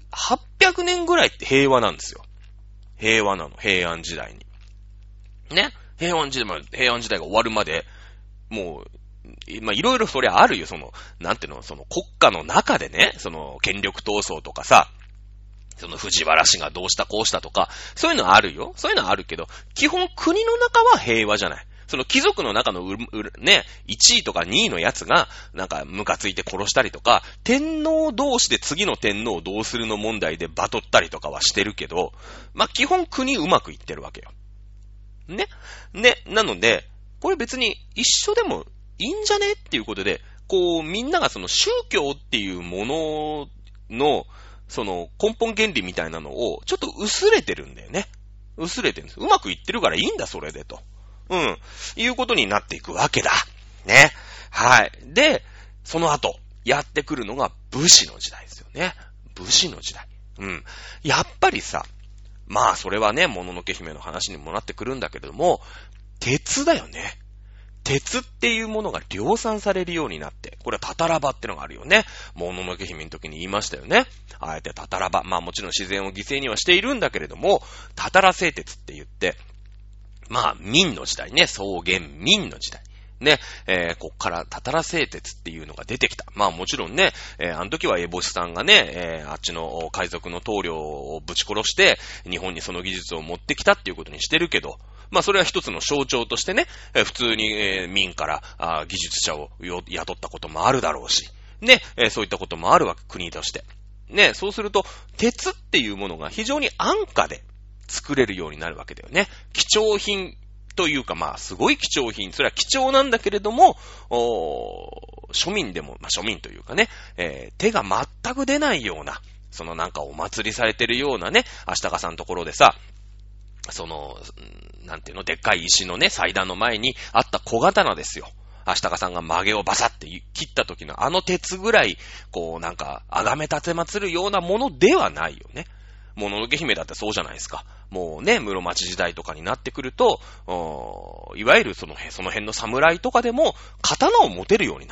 800年ぐらいって平和なんですよ。平和なの、平安時代に。ね。平安時代が終わるまで、もう、まあ、いろいろそりゃあるよ、その、なんていうの、その国家の中でね、その権力闘争とかさ、その藤原氏がどうしたこうしたとか、そういうのあるよ。そういうのはあるけど、基本国の中は平和じゃない。その貴族の中のね、1位とか2位のやつが、なんかムカついて殺したりとか、天皇同士で次の天皇をどうするの問題でバトったりとかはしてるけど、まあ、基本国うまくいってるわけよ。ね。ね。なので、これ別に一緒でもいいんじゃねっていうことで、こう、みんながその宗教っていうものの、その根本原理みたいなのを、ちょっと薄れてるんだよね。薄れてるんです。うまくいってるからいいんだ、それでと。いうことになっていくわけだ。ね。はい。で、その後、やってくるのが武士の時代ですよね。武士の時代。やっぱりさ、まあそれはね、もののけ姫の話にもなってくるんだけれども、鉄だよね。鉄っていうものが量産されるようになって、これはタタラバってのがあるよね。もののけ姫の時に言いましたよね。あえてタタラバ。まあもちろん自然を犠牲にはしているんだけれども、タタラ製鉄って言って、まあ明の時代ね、草原明の時代。ね、こっからタタラ製鉄っていうのが出てきた。まあもちろんね、あの時はエボシさんがね、あっちの海賊の棟梁をぶち殺して、日本にその技術を持ってきたっていうことにしてるけど、まあそれは一つの象徴としてね、普通に、民から技術者を雇ったこともあるだろうし、ね、そういったこともあるわけ、国として。ね、そうすると、鉄っていうものが非常に安価で作れるようになるわけだよね。貴重品というか、まあすごい貴重品、それは貴重なんだけれども、庶民でも、まあ庶民というかね、手が全く出ないような、そのなんかお祭りされてるようなね、アシタカさんのところでさ、その、なんていうの、でっかい石のね、祭壇の前にあった小刀ですよ。アシタカさんが曲げをバサって切った時のあの鉄ぐらい、こうなんか、崇め立て祭るようなものではないよね。もののけ姫だってそうじゃないですか。もうね、室町時代とかになってくると、いわゆるその辺の侍とかでも刀を持てるようになる。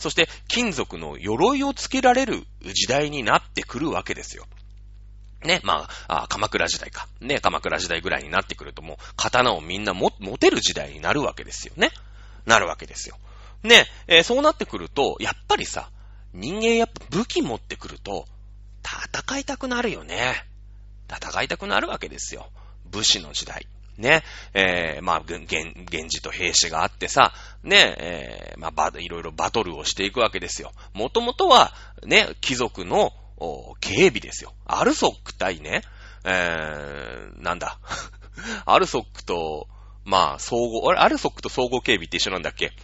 そして金属の鎧をつけられる時代になってくるわけですよ。ね、まあ、鎌倉時代か。ね、鎌倉時代ぐらいになってくるともう、刀をみんな持てる時代になるわけですよね。なるわけですよ。ね、そうなってくると、やっぱりさ、人間やっぱ武器持ってくると、戦いたくなるよね。戦いたくなるわけですよ。武士の時代。ね、まあ、源氏と平氏があってさ、ね、まあ、いろいろバトルをしていくわけですよ。もともとは、ね、貴族の、警備ですよ。アルソック対ね、なんだ。アルソックと、まあ、アルソックと総合警備って一緒なんだっけ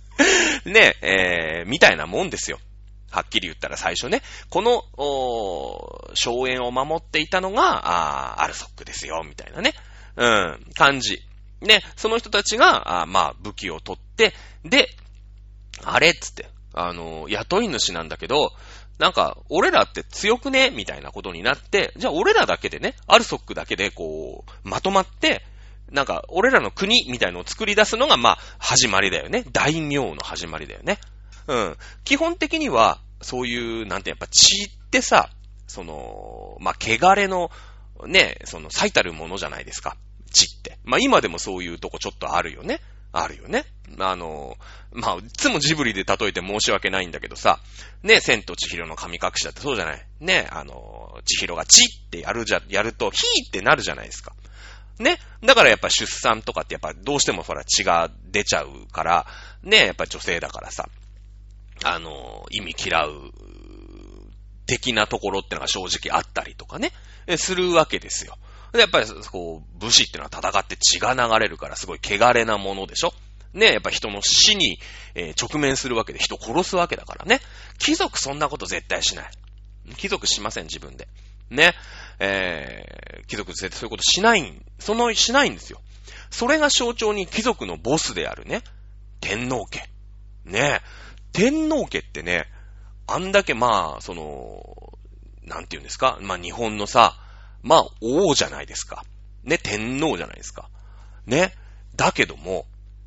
ね、みたいなもんですよ。はっきり言ったら最初ね、この、荘園を守っていたのが、アルソックですよ、みたいなね、感じ。ね、その人たちが、まあ、武器を取って、で、あれっつって、雇い主なんだけど、なんか、俺らって強くねみたいなことになって、じゃあ俺らだけでね、アルソックだけでこう、まとまって、なんか、俺らの国みたいのを作り出すのが、まあ、始まりだよね。大名の始まりだよね。基本的には、そういう、なんてやっぱ血ってさ、まあ、汚れの、ね、最たるものじゃないですか。血って。まあ、今でもそういうとこちょっとあるよね。あるよね。まあ、いつもジブリで例えて申し訳ないんだけどさ、ね、千と千尋の神隠しだってそうじゃない。ね、千尋がチってやると、ヒーってなるじゃないですか。ね。だからやっぱ出産とかってやっぱどうしてもほら血が出ちゃうから、ね、やっぱ女性だからさ、意味嫌う、的なところってのが正直あったりとかね、するわけですよ。でやっぱりこう、武士ってのは戦って血が流れるからすごい汚れなものでしょ。ね、やっぱ人の死に、直面するわけで人殺すわけだからね。貴族そんなこと絶対しない。貴族しません、自分で。ね。貴族絶対そういうことしないんですよ。それが象徴に貴族のボスであるね。天皇家。ね。天皇家ってね、あんだけまあ、なんて言うんですか。まあ日本のさ、まあ王じゃないですか。ね、天皇じゃないですか。ね。だけども、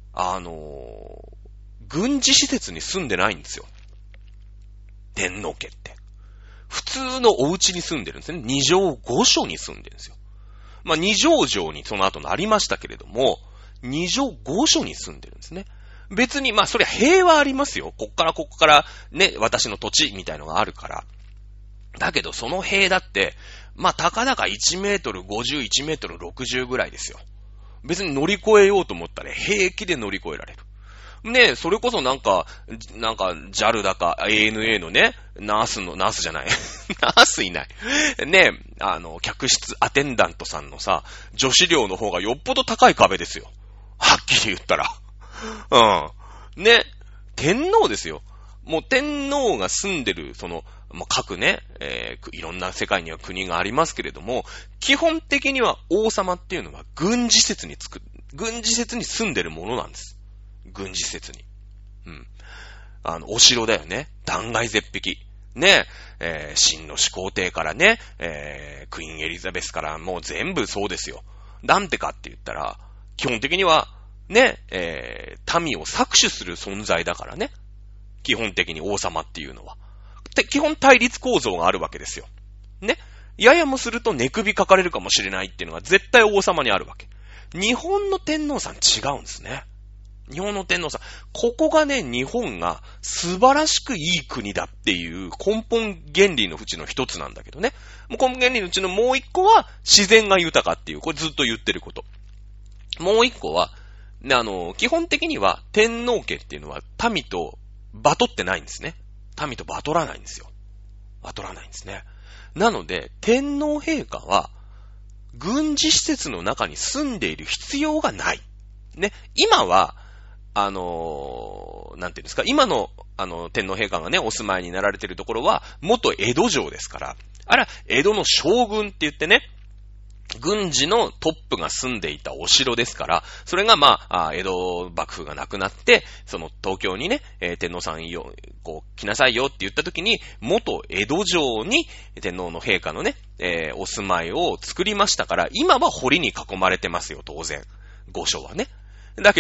軍事施設に住んでないんですよ。天皇家って。普通のお家に住んでるんですね。二条五所に住んでるんですよ。まあ二条城にその後なりましたけれども、二条五所に住んでるんですね。別に、まあそりゃ平和ありますよ。こっからね、私の土地みたいのがあるから。だけどその塀だって、まあたかだか1メートル50、1メートル60ぐらいですよ。別に乗り越えようと思ったら平気で乗り越えられる。ね、それこそなんか、JAL だか ANA のね、ナースじゃない。ナースいない。ね、客室アテンダントさんのさ、女子寮の方がよっぽど高い壁ですよ。はっきり言ったら。ね、天皇ですよ。もう天皇が住んでる、各ね、いろんな世界には国がありますけれども、基本的には王様っていうのは軍事施設に住んでるものなんです。軍事施設に。お城だよね。断崖絶壁。ね、新の始皇帝からね、クイーンエリザベスからもう全部そうですよ。なんてかって言ったら、基本的には、ね、民を搾取する存在だからね。基本的に王様っていうのは。基本対立構造があるわけですよ。ね。ややもすると寝首かかれるかもしれないっていうのが絶対王様にあるわけ。日本の天皇さん違うんですね。日本の天皇さん。ここがね、日本が素晴らしくいい国だっていう根本原理のうちの一つなんだけどね。根本原理のうちのもう一個は自然が豊かっていう、これずっと言ってること。もう一個は、基本的には天皇家っていうのは民とバトってないんですね。民とバトらないんですよ。バトらないんですね。なので、天皇陛下は、軍事施設の中に住んでいる必要がない。ね。今は、なんていうんですか、今の、天皇陛下がね、お住まいになられているところは、元江戸城ですから、江戸の将軍って言ってね、軍事のトップが住んでいたお城ですから、それが江戸幕府がなくなって、東京にね、天皇さん来なさいよって言った時に、元江戸城に天皇の陛下のね、お住まいを作りましたから、今は堀に囲まれてますよ、当然。御所はね。だけど、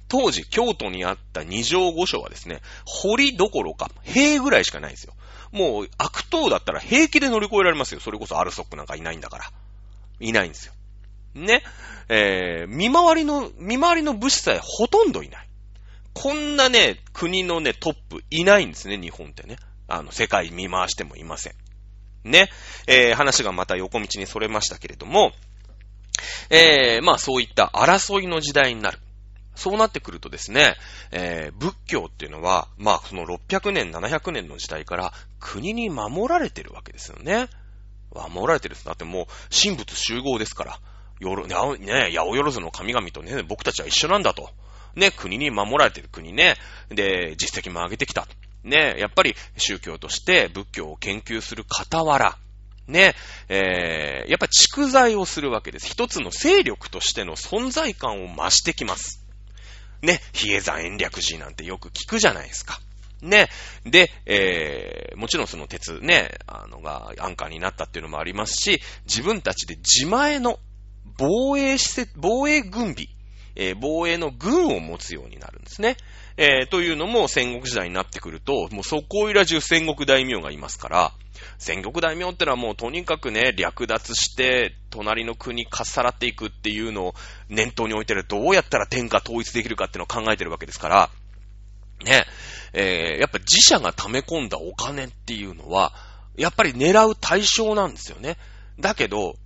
当時京都にあった二条御所はですね、堀どころか塀ぐらいしかないんですよ。もう悪党だったら平気で乗り越えられますよ。それこそアルソックなんかいないんだから。いないんですよ。ね。見回りの武士さえほとんどいない。こんなね、国のね、トップいないんですね、日本ってね。世界見回してもいません。ね。話がまた横道にそれましたけれども、まあそういった争いの時代になる。そうなってくるとですね、仏教っていうのは、まあその600年、700年の時代から国に守られてるわけですよね。守られてる。だってもう神仏集合ですから、八百万の神々とね、僕たちは一緒なんだと。ね、国に守られてる国ね。で、実績も上げてきた。ね、やっぱり宗教として仏教を研究する傍ら、ね、やっぱり蓄財をするわけです。一つの勢力としての存在感を増してきます。ね、比叡山延暦寺なんてよく聞くじゃないですか。ね。で、もちろんその鉄ね、が安価になったっていうのもありますし、自分たちで自前の防衛軍備、防衛の軍を持つようになるんですね。というのも戦国時代になってくると、もうそこいら中戦国大名がいますから、戦国大名ってのはもうとにかくね、略奪して、隣の国かっさらっていくっていうのを念頭に置いてる、どうやったら天下統一できるかっていうのを考えてるわけですから、ね、やっぱ自社が溜め込んだお金っていうのは、やっぱり狙う対象なんですよね。だけど、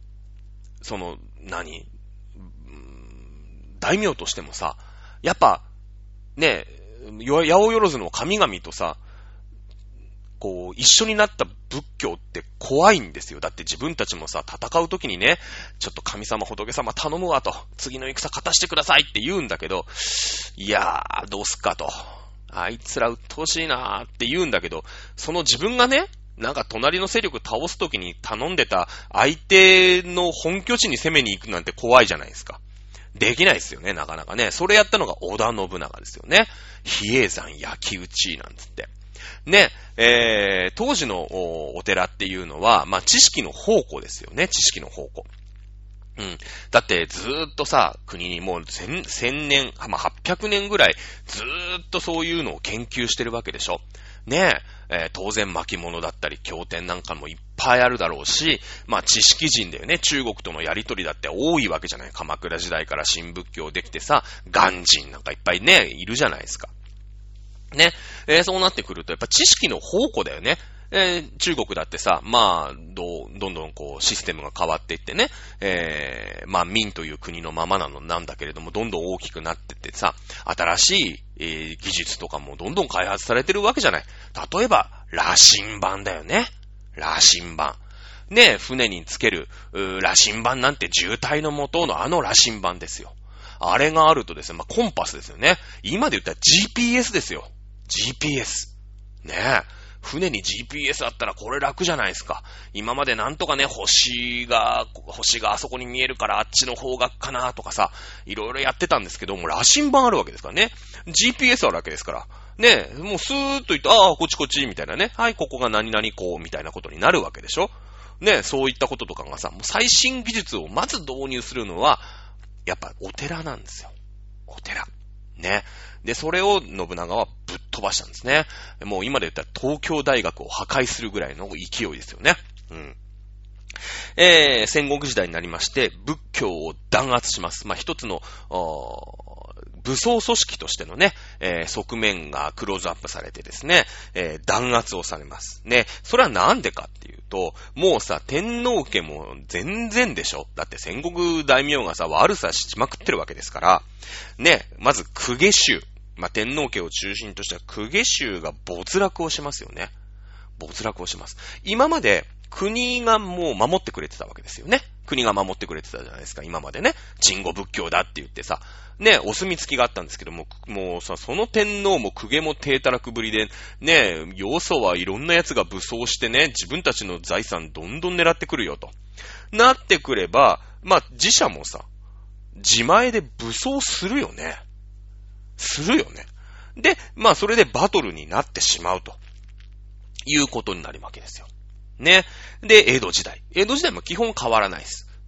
大名としてもさ、やっぱ、ね、八百万の神々とさ、こう、一緒になった仏教って怖いんですよ。だって自分たちもさ、戦うときにね、ちょっと神様仏様頼むわと、次の戦勝たしてくださいって言うんだけど、いやー、どうすっかと。あいつら鬱陶しいなーって言うんだけど、その自分がね、なんか隣の勢力倒すときに頼んでた相手の本拠地に攻めに行くなんて怖いじゃないですか。できないですよね、なかなかね。それやったのが織田信長ですよね。比叡山焼き討ちなんつって。ね、当時のお寺っていうのは、まあ、知識の宝庫ですよね、知識の宝庫。うん。だってずーっとさ、国にもう1000年、まあ、800年ぐらいずーっとそういうのを研究してるわけでしょ。ねえ、当然巻物だったり経典なんかもいっぱいあるだろうし、まあ知識人だよね。中国とのやりとりだって多いわけじゃない。鎌倉時代から新仏教できてさ、鑑真なんかいっぱいね、いるじゃないですか。ね、そうなってくるとやっぱ知識の宝庫だよね。中国だってさ、まあ、どんどんこうシステムが変わっていってね、まあ明という国のままなんだけれども、どんどん大きくなってってさ、新しい、技術とかもどんどん開発されてるわけじゃない。例えば、羅針盤だよね。羅針盤。ね、船につける、羅針盤なんて渋滞の元の羅針盤ですよ。あれがあるとですね、まあコンパスですよね。今で言ったら GPS ですよ。GPS。ねえ。船に GPS あったらこれ楽じゃないですか。今までなんとかね、星があそこに見えるからあっちの方角かなとかさ、いろいろやってたんですけど、もう羅針盤あるわけですからね。GPS あるわけですから。ね、もうスーッと言って、ああ、こっちこっち、みたいなね。はい、ここが何々こう、みたいなことになるわけでしょ。ね、そういったこととかがさ、もう最新技術をまず導入するのは、やっぱお寺なんですよ。お寺。ね。で、それを信長はぶっ飛ばしたんですね。もう今で言ったら東京大学を破壊するぐらいの勢いですよね。うん。戦国時代になりまして、仏教を弾圧します。まあ、一つの、武装組織としてのね、側面がクローズアップされてですね、弾圧をされます。ね、それはなんでかっていうと、もうさ、天皇家も全然でしょ。だって戦国大名がさ、悪さしまくってるわけですから、ね、まず公家衆。まあ、天皇家を中心とした公家衆が没落をしますよね。没落をします。今まで国がもう守ってくれてたわけですよね。国が守ってくれてたじゃないですか、今までね。鎮護仏教だって言ってさ、ね、お墨付きがあったんですけども、もうさ、その天皇も公家も低たらくぶりで、ね、要素はいろんな奴が武装してね、自分たちの財産どんどん狙ってくるよと。なってくれば、まあ、自社もさ、自前で武装するよね。するよね。で、まあ、それでバトルになってしまうということになるわけですよ。ね。で、江戸時代。江戸時代も基本変わらないです。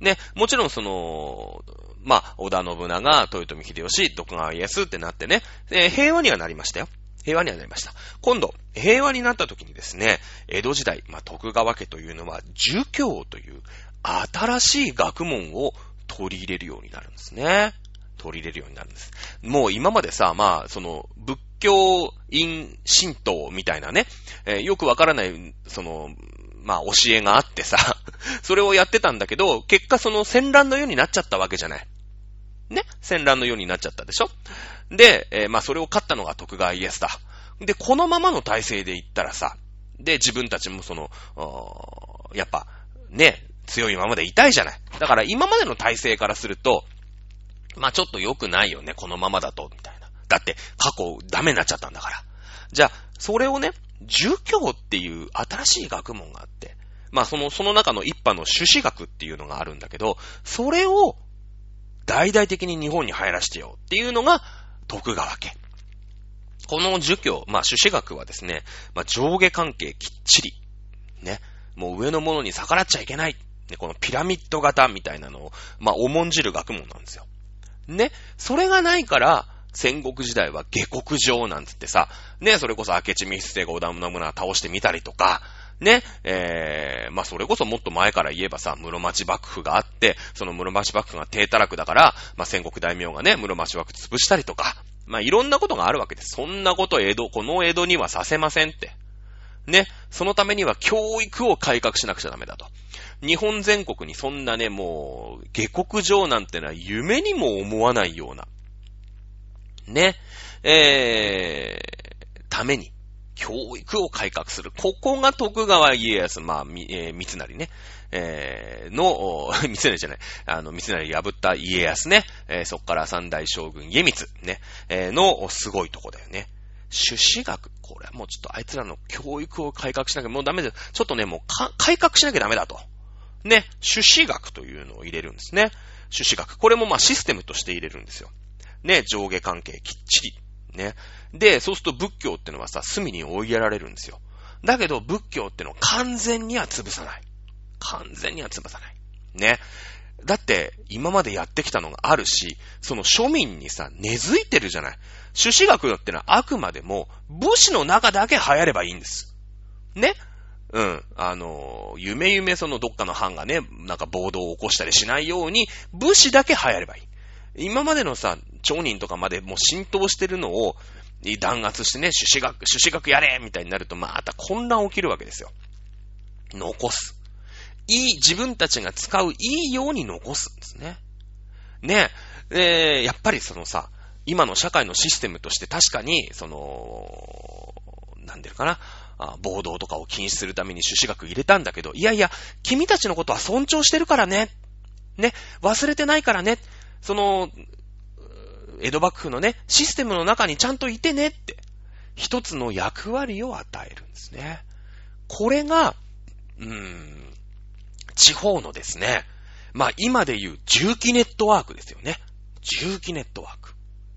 ね、もちろん織田信長、豊臣秀吉、徳川家康ってなってね、平和にはなりましたよ。平和にはなりました。今度、平和になった時にですね、江戸時代、徳川家というのは、儒教という新しい学問を取り入れるようになるんですね。取り入れるようになるんです。もう今までさ、仏教因神道みたいなね、よくわからない、教えがあってさ、それをやってたんだけど、結果戦乱のようになっちゃったわけじゃない。ね、戦乱のようになっちゃったでしょ。で、それを勝ったのが徳川家康だ。で、このままの体制で言ったらさ、で、自分たちもやっぱ、ね、強いままでいたいじゃない。だから今までの体制からすると、ちょっと良くないよね、このままだと、みたいな。だって、過去ダメになっちゃったんだから。じゃあ、それをね、儒教っていう新しい学問があって、その中の一派の朱子学っていうのがあるんだけど、それを大々的に日本に入らしてよっていうのが徳川家。この儒教、朱子学はですね、上下関係きっちり、ね、もう上のものに逆らっちゃいけない、ね、このピラミッド型みたいなのを、重んじる学問なんですよ。ね、それがないから、戦国時代は下克上なんつってさ、ね、それこそ明智光秀が織田信長倒してみたりとか、ね、それこそもっと前から言えばさ、室町幕府があって、その室町幕府が低たらくだから、戦国大名がね、室町幕府潰したりとか、いろんなことがあるわけです。そんなことこの江戸にはさせませんって。ね、そのためには教育を改革しなくちゃダメだと。日本全国にそんなね、もう、下克上なんてのは夢にも思わないような、ね、ために、教育を改革する。ここが徳川家康、三成ね、三成じゃない、三成破った家康ね、そっから三代将軍家光ね、のすごいとこだよね。朱子学、これはもうちょっとあいつらの教育を改革しなきゃ、もうダメだよ。ちょっとね、もう改革しなきゃダメだと。ね、朱子学というのを入れるんですね。朱子学。これもシステムとして入れるんですよ。ね、上下関係きっちり。ね。で、そうすると仏教ってのはさ、隅に追いやられるんですよ。だけど仏教ってのは完全には潰さない。完全には潰さない。ね。だって、今までやってきたのがあるし、その庶民にさ、根付いてるじゃない。朱子学ってのはあくまでも、武士の中だけ流行ればいいんです。ね。うん。夢そのどっかの藩がね、なんか暴動を起こしたりしないように、武士だけ流行ればいい。今までのさ、町人とかまでもう浸透してるのを弾圧してね、朱子学やれみたいになると、また混乱起きるわけですよ。残す。自分たちが使ういいように残すんですね。ね。やっぱりそのさ、今の社会のシステムとして確かに、なんていうかな、暴動とかを禁止するために朱子学入れたんだけど、いやいや、君たちのことは尊重してるからね。ね。忘れてないからね。江戸幕府のね、システムの中にちゃんといてねって、一つの役割を与えるんですね。これが、地方のですね、今でいう重機ネットワークですよね。重機ネットワーク。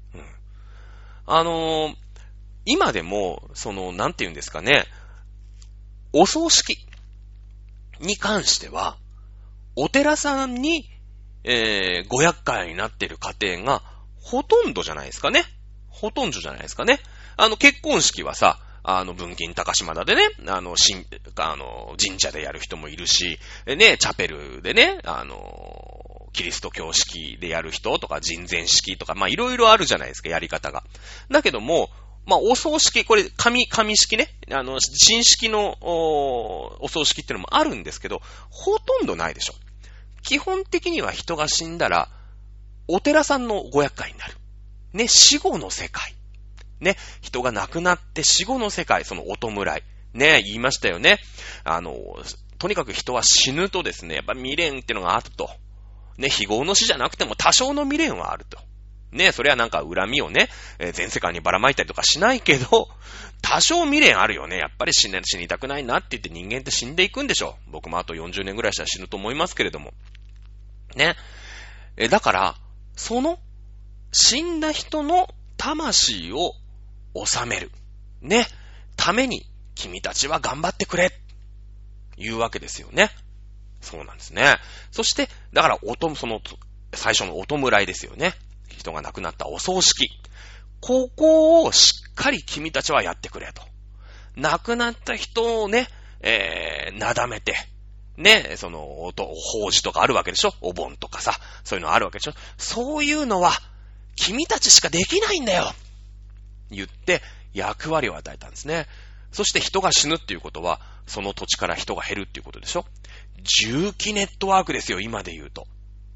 今でも、なんて言うんですかね、お葬式に関しては、お寺さんに、ご厄介になっている家庭がほとんどじゃないですかね。ほとんどじゃないですかね。結婚式はさ、文金高島田でね、神社でやる人もいるし、ね、チャペルでね、キリスト教式でやる人とか、人前式とか、いろいろあるじゃないですか、やり方が。だけども、お葬式、これ、紙式ね、新式のお葬式っていうのもあるんですけど、ほとんどないでしょ。基本的には人が死んだら、お寺さんのご厄介になる。ね、死後の世界。ね、人が亡くなって死後の世界、そのお弔い。ね、言いましたよね。とにかく人は死ぬとですね、やっぱ未練ってのがあると。ね、非業の死じゃなくても多少の未練はあると。ね、それはなんか恨みをね、全世界にばらまいたりとかしないけど、多少未練あるよね。やっぱり死にたくないなって言って人間って死んでいくんでしょう。僕もあと40年ぐらいしたら死ぬと思いますけれども。ね。だから、その死んだ人の魂を収める。ね。ために君たちは頑張ってくれ。いうわけですよね。 そうなんですね。そして、だから最初のお弔いですよね。人が亡くなったお葬式。ここをしっかり君たちはやってくれと。亡くなった人をね、なだめて、ね、法事とかあるわけでしょ？お盆とかさ、そういうのあるわけでしょ？そういうのは、君たちしかできないんだよ言って、役割を与えたんですね。そして人が死ぬっていうことは、その土地から人が減るっていうことでしょ？重機ネットワークですよ、今で言うと。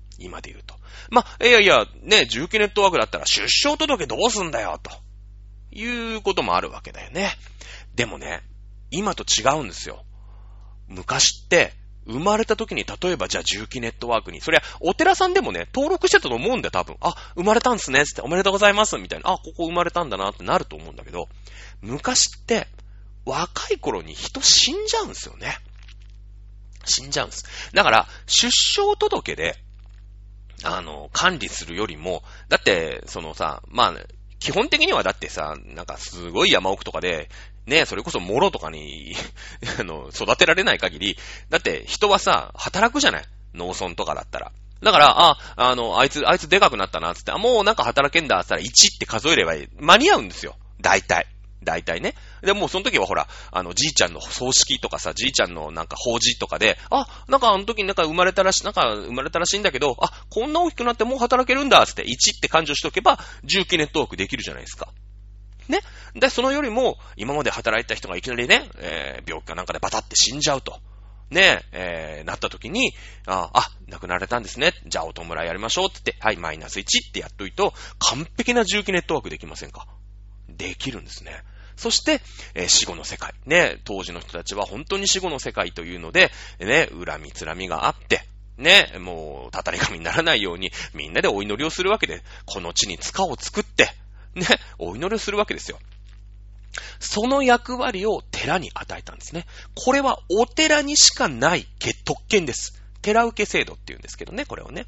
ね、重機ネットワークだったら出生届どうすんだよ、ということもあるわけだよね。でもね、今と違うんですよ。昔って、生まれた時に例えばじゃあ重機ネットワークに、そりゃお寺さんでもね、登録してたと思うんだよ、多分。あ、生まれたんですね、つって、おめでとうございます、みたいな。あ、ここ生まれたんだなってなると思うんだけど、昔って、若い頃に人死んじゃうんですよね。死んじゃうんです。だから、出生届で、管理するよりも、だって、基本的にはだってさ、なんかすごい山奥とかで、ね、それこそモロとかに育てられない限り、だって人はさ、働くじゃない？農村とかだったら。だから、あいつでかくなったな、つって、もうなんか働けんだ、つったら1って数えれば間に合うんですよ。大体ね。でもその時はほら、じいちゃんの葬式とかさ、じいちゃんのなんか法事とかで、なんかあの時になんか生まれたらしいんだけど、こんな大きくなってもう働けるんだ、つって1って勘定しとけば、重機ネットワークできるじゃないですか。ね。で、そのよりも、今まで働いた人がいきなりね、病気かなんかでバタって死んじゃうと。ね、なった時に、亡くなられたんですね。じゃあお弔いやりましょうって言って、はい、マイナス1ってやっといと、完璧な重機ネットワークできませんか？できるんですね。そして、死後の世界。ね、当時の人たちは本当に死後の世界というので、ね、恨みつらみがあって、ね、もう、たたり神にならないように、みんなでお祈りをするわけで、この地に塚を作って、ね、お祈りをするわけですよ。その役割を寺に与えたんですね。これはお寺にしかない特権です。寺受け制度って言うんですけどね、これをね。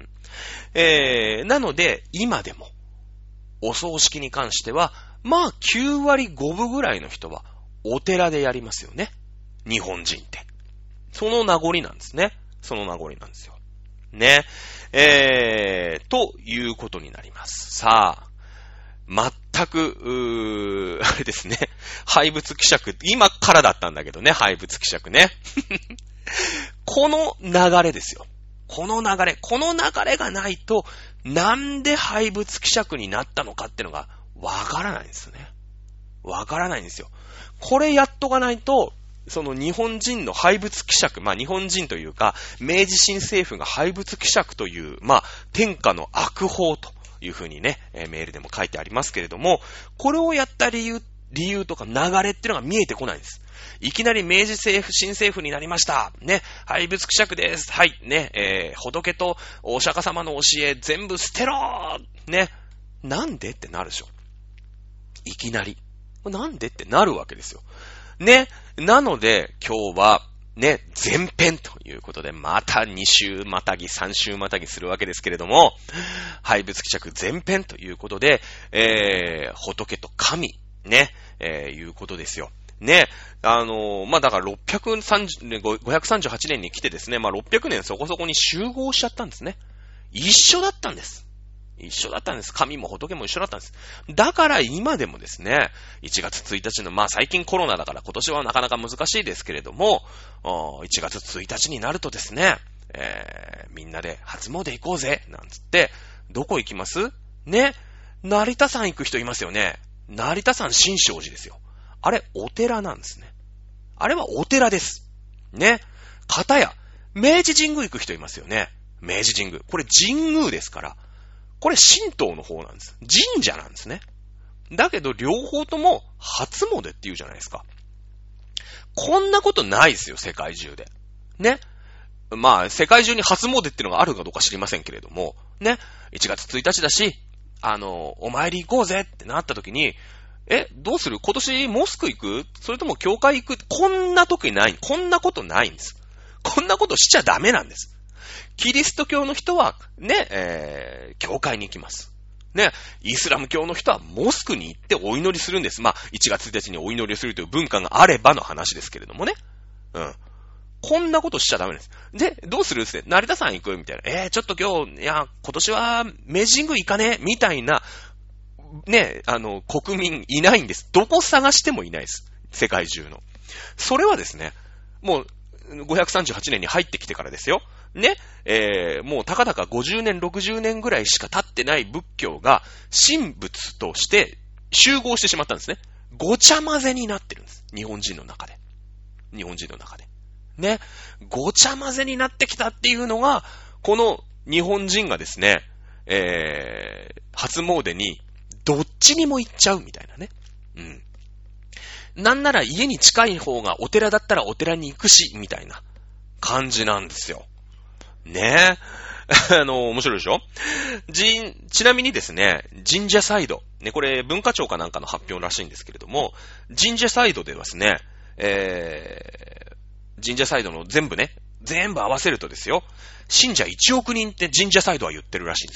なので、今でも、お葬式に関しては、9割5分ぐらいの人は、お寺でやりますよね。日本人って。その名残なんですね。その名残なんですよ。ね。ということになります。さあ、全く、あれですね。廃物希釈、今からだったんだけどね、廃物希釈ね。この流れですよ。この流れがないと、なんで廃物希釈になったのかってのが、わからないんですよね。わからないんですよ。これやっとかないと、その日本人の廃物希釈、日本人というか、明治新政府が廃物希釈という、天下の悪法というふうにね、メールでも書いてありますけれども、これをやった理由とか流れっていうのが見えてこないんです。いきなり明治政府、新政府になりました。ね、廃物希釈です。はい、ね、仏とお釈迦様の教え全部捨てろね、なんでってなるでしょ。いきなり。なんでってなるわけですよ。ね。なので、今日は、ね、前編ということで、また2週またぎ、3週またぎするわけですけれども、廃物希釈前編ということで、仏と神、ね、いうことですよ。ね。だから538年に来てですね、600年そこそこに集合しちゃったんですね。一緒だったんです。神も仏も一緒だったんです。だから今でもですね、1月1日の、最近コロナだから今年はなかなか難しいですけれども、1月1日になるとですね、みんなで初詣行こうぜ、なんつって、どこ行きますね、成田山行く人いますよね。成田山新勝寺ですよ。あれ、お寺なんですね。あれはお寺です。ね。片や、明治神宮行く人いますよね。明治神宮。これ神宮ですから。これ神道の方なんです。神社なんですね。だけど両方とも初詣って言うじゃないですか。こんなことないですよ、世界中で。ね。世界中に初詣っていうのがあるかどうか知りませんけれども、ね。1月1日だし、お参り行こうぜってなった時に、どうする？今年モスク行く？それとも教会行く？こんなことないんです。こんなことしちゃダメなんです。キリスト教の人は、ね、教会に行きます。ね、イスラム教の人はモスクに行ってお祈りするんです。1月1日にお祈りをするという文化があればの話ですけれどもね。 こんなことしちゃダメです。で、どうするって成田山行くみたいな。ちょっと今日、今年は明治神宮行かねみたいな、ね、国民いないんです。どこ探してもいないです。世界中の。それはですね、もう、538年に入ってきてからですよ。ね、もうたかだか50年、60年ぐらいしか経ってない仏教が神仏として集合してしまったんですね。ごちゃ混ぜになってるんです。日本人の中で。ね。ごちゃ混ぜになってきたっていうのが、この日本人がですね、初詣にどっちにも行っちゃうみたいなね。うん。なんなら家に近い方がお寺だったらお寺に行くし、みたいな感じなんですよ。ねえ。面白いでしょ？ちなみにですね、神社サイド。ね、これ文化庁かなんかの発表らしいんですけれども、神社サイドではですね、神社サイドの全部合わせるとですよ、信者1億人って神社サイドは言ってるらしいんです。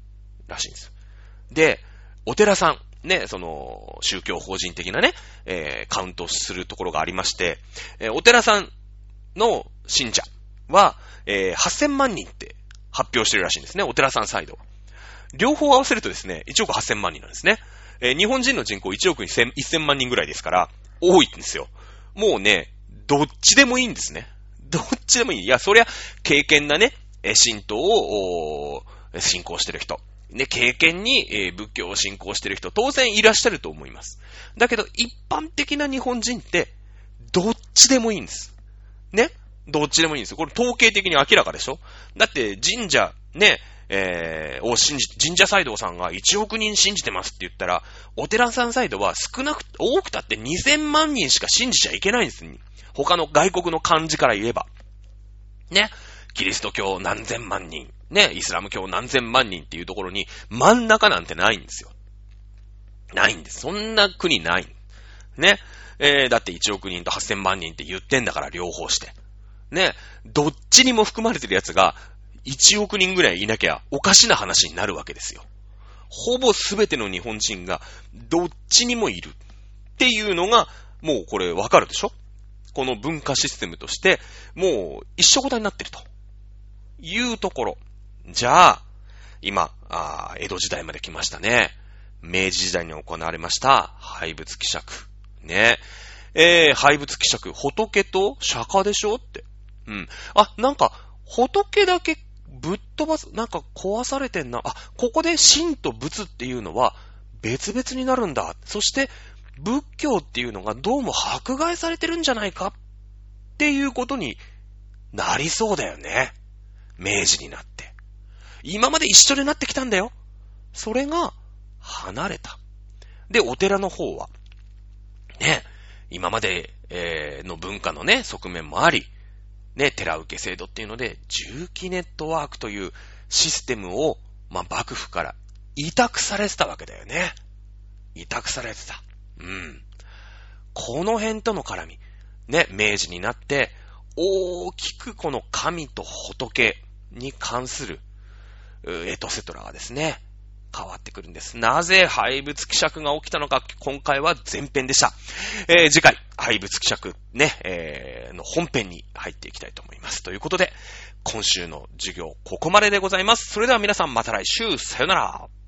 で、お寺さん、ね、その、宗教法人的なね、カウントするところがありまして、お寺さんの信者は、8000万人って発表してるらしいんですね、お寺さんサイド。両方合わせるとですね、1億8000万人なんですね。日本人の人口1億1000万人ぐらいですから、多いんですよ。もうね、どっちでもいいんですね。どっちでもいい。いや、そりゃ、経験なね、神道を信仰してる人。ね、経験に、仏教を信仰してる人、当然いらっしゃると思います。だけど、一般的な日本人って、どっちでもいいんです。ね。どっちでもいいんですよ。これ統計的に明らかでしょ？だって、神社、ね、神社サイドさんが1億人信じてますって言ったら、お寺さんサイドは多くたって2000万人しか信じちゃいけないんです。他の外国の漢字から言えば。ね。キリスト教何千万人。ね。イスラム教何千万人っていうところに、真ん中なんてないんですよ。ないんです。そんな国ない。ね。だって1億人と8000万人って言ってんだから両方して。ね。どっちにも含まれてるやつが、1億人ぐらいいなきゃおかしな話になるわけですよ。ほぼ全ての日本人がどっちにもいるっていうのがもうこれわかるでしょ？この文化システムとしてもう一緒答えになってるというところ。じゃあ今江戸時代まで来ましたね。明治時代に行われました廃仏毀釈ね。廃仏毀釈、仏と釈迦でしょって。うん。なんか仏だけぶっ飛ばす、なんか壊されてんな。ここで神と仏っていうのは別々になるんだ。そして仏教っていうのがどうも迫害されてるんじゃないかっていうことになりそうだよね。明治になって。今まで一緒になってきたんだよ。それが離れた。で、お寺の方は、ね、今まで、の文化のね、側面もあり、ね、寺受け制度っていうので、重機ネットワークというシステムを、幕府から委託されてたわけだよね。委託されてた。うん。この辺との絡み、ね、明治になって、大きくこの神と仏に関する、エトセトラがですね、変わってくるんです。なぜ廃仏毀釈が起きたのか、今回は前編でした。次回、廃仏毀釈ね、の本編に入っていきたいと思います。ということで、今週の授業、ここまででございます。それでは皆さんまた来週、さよなら。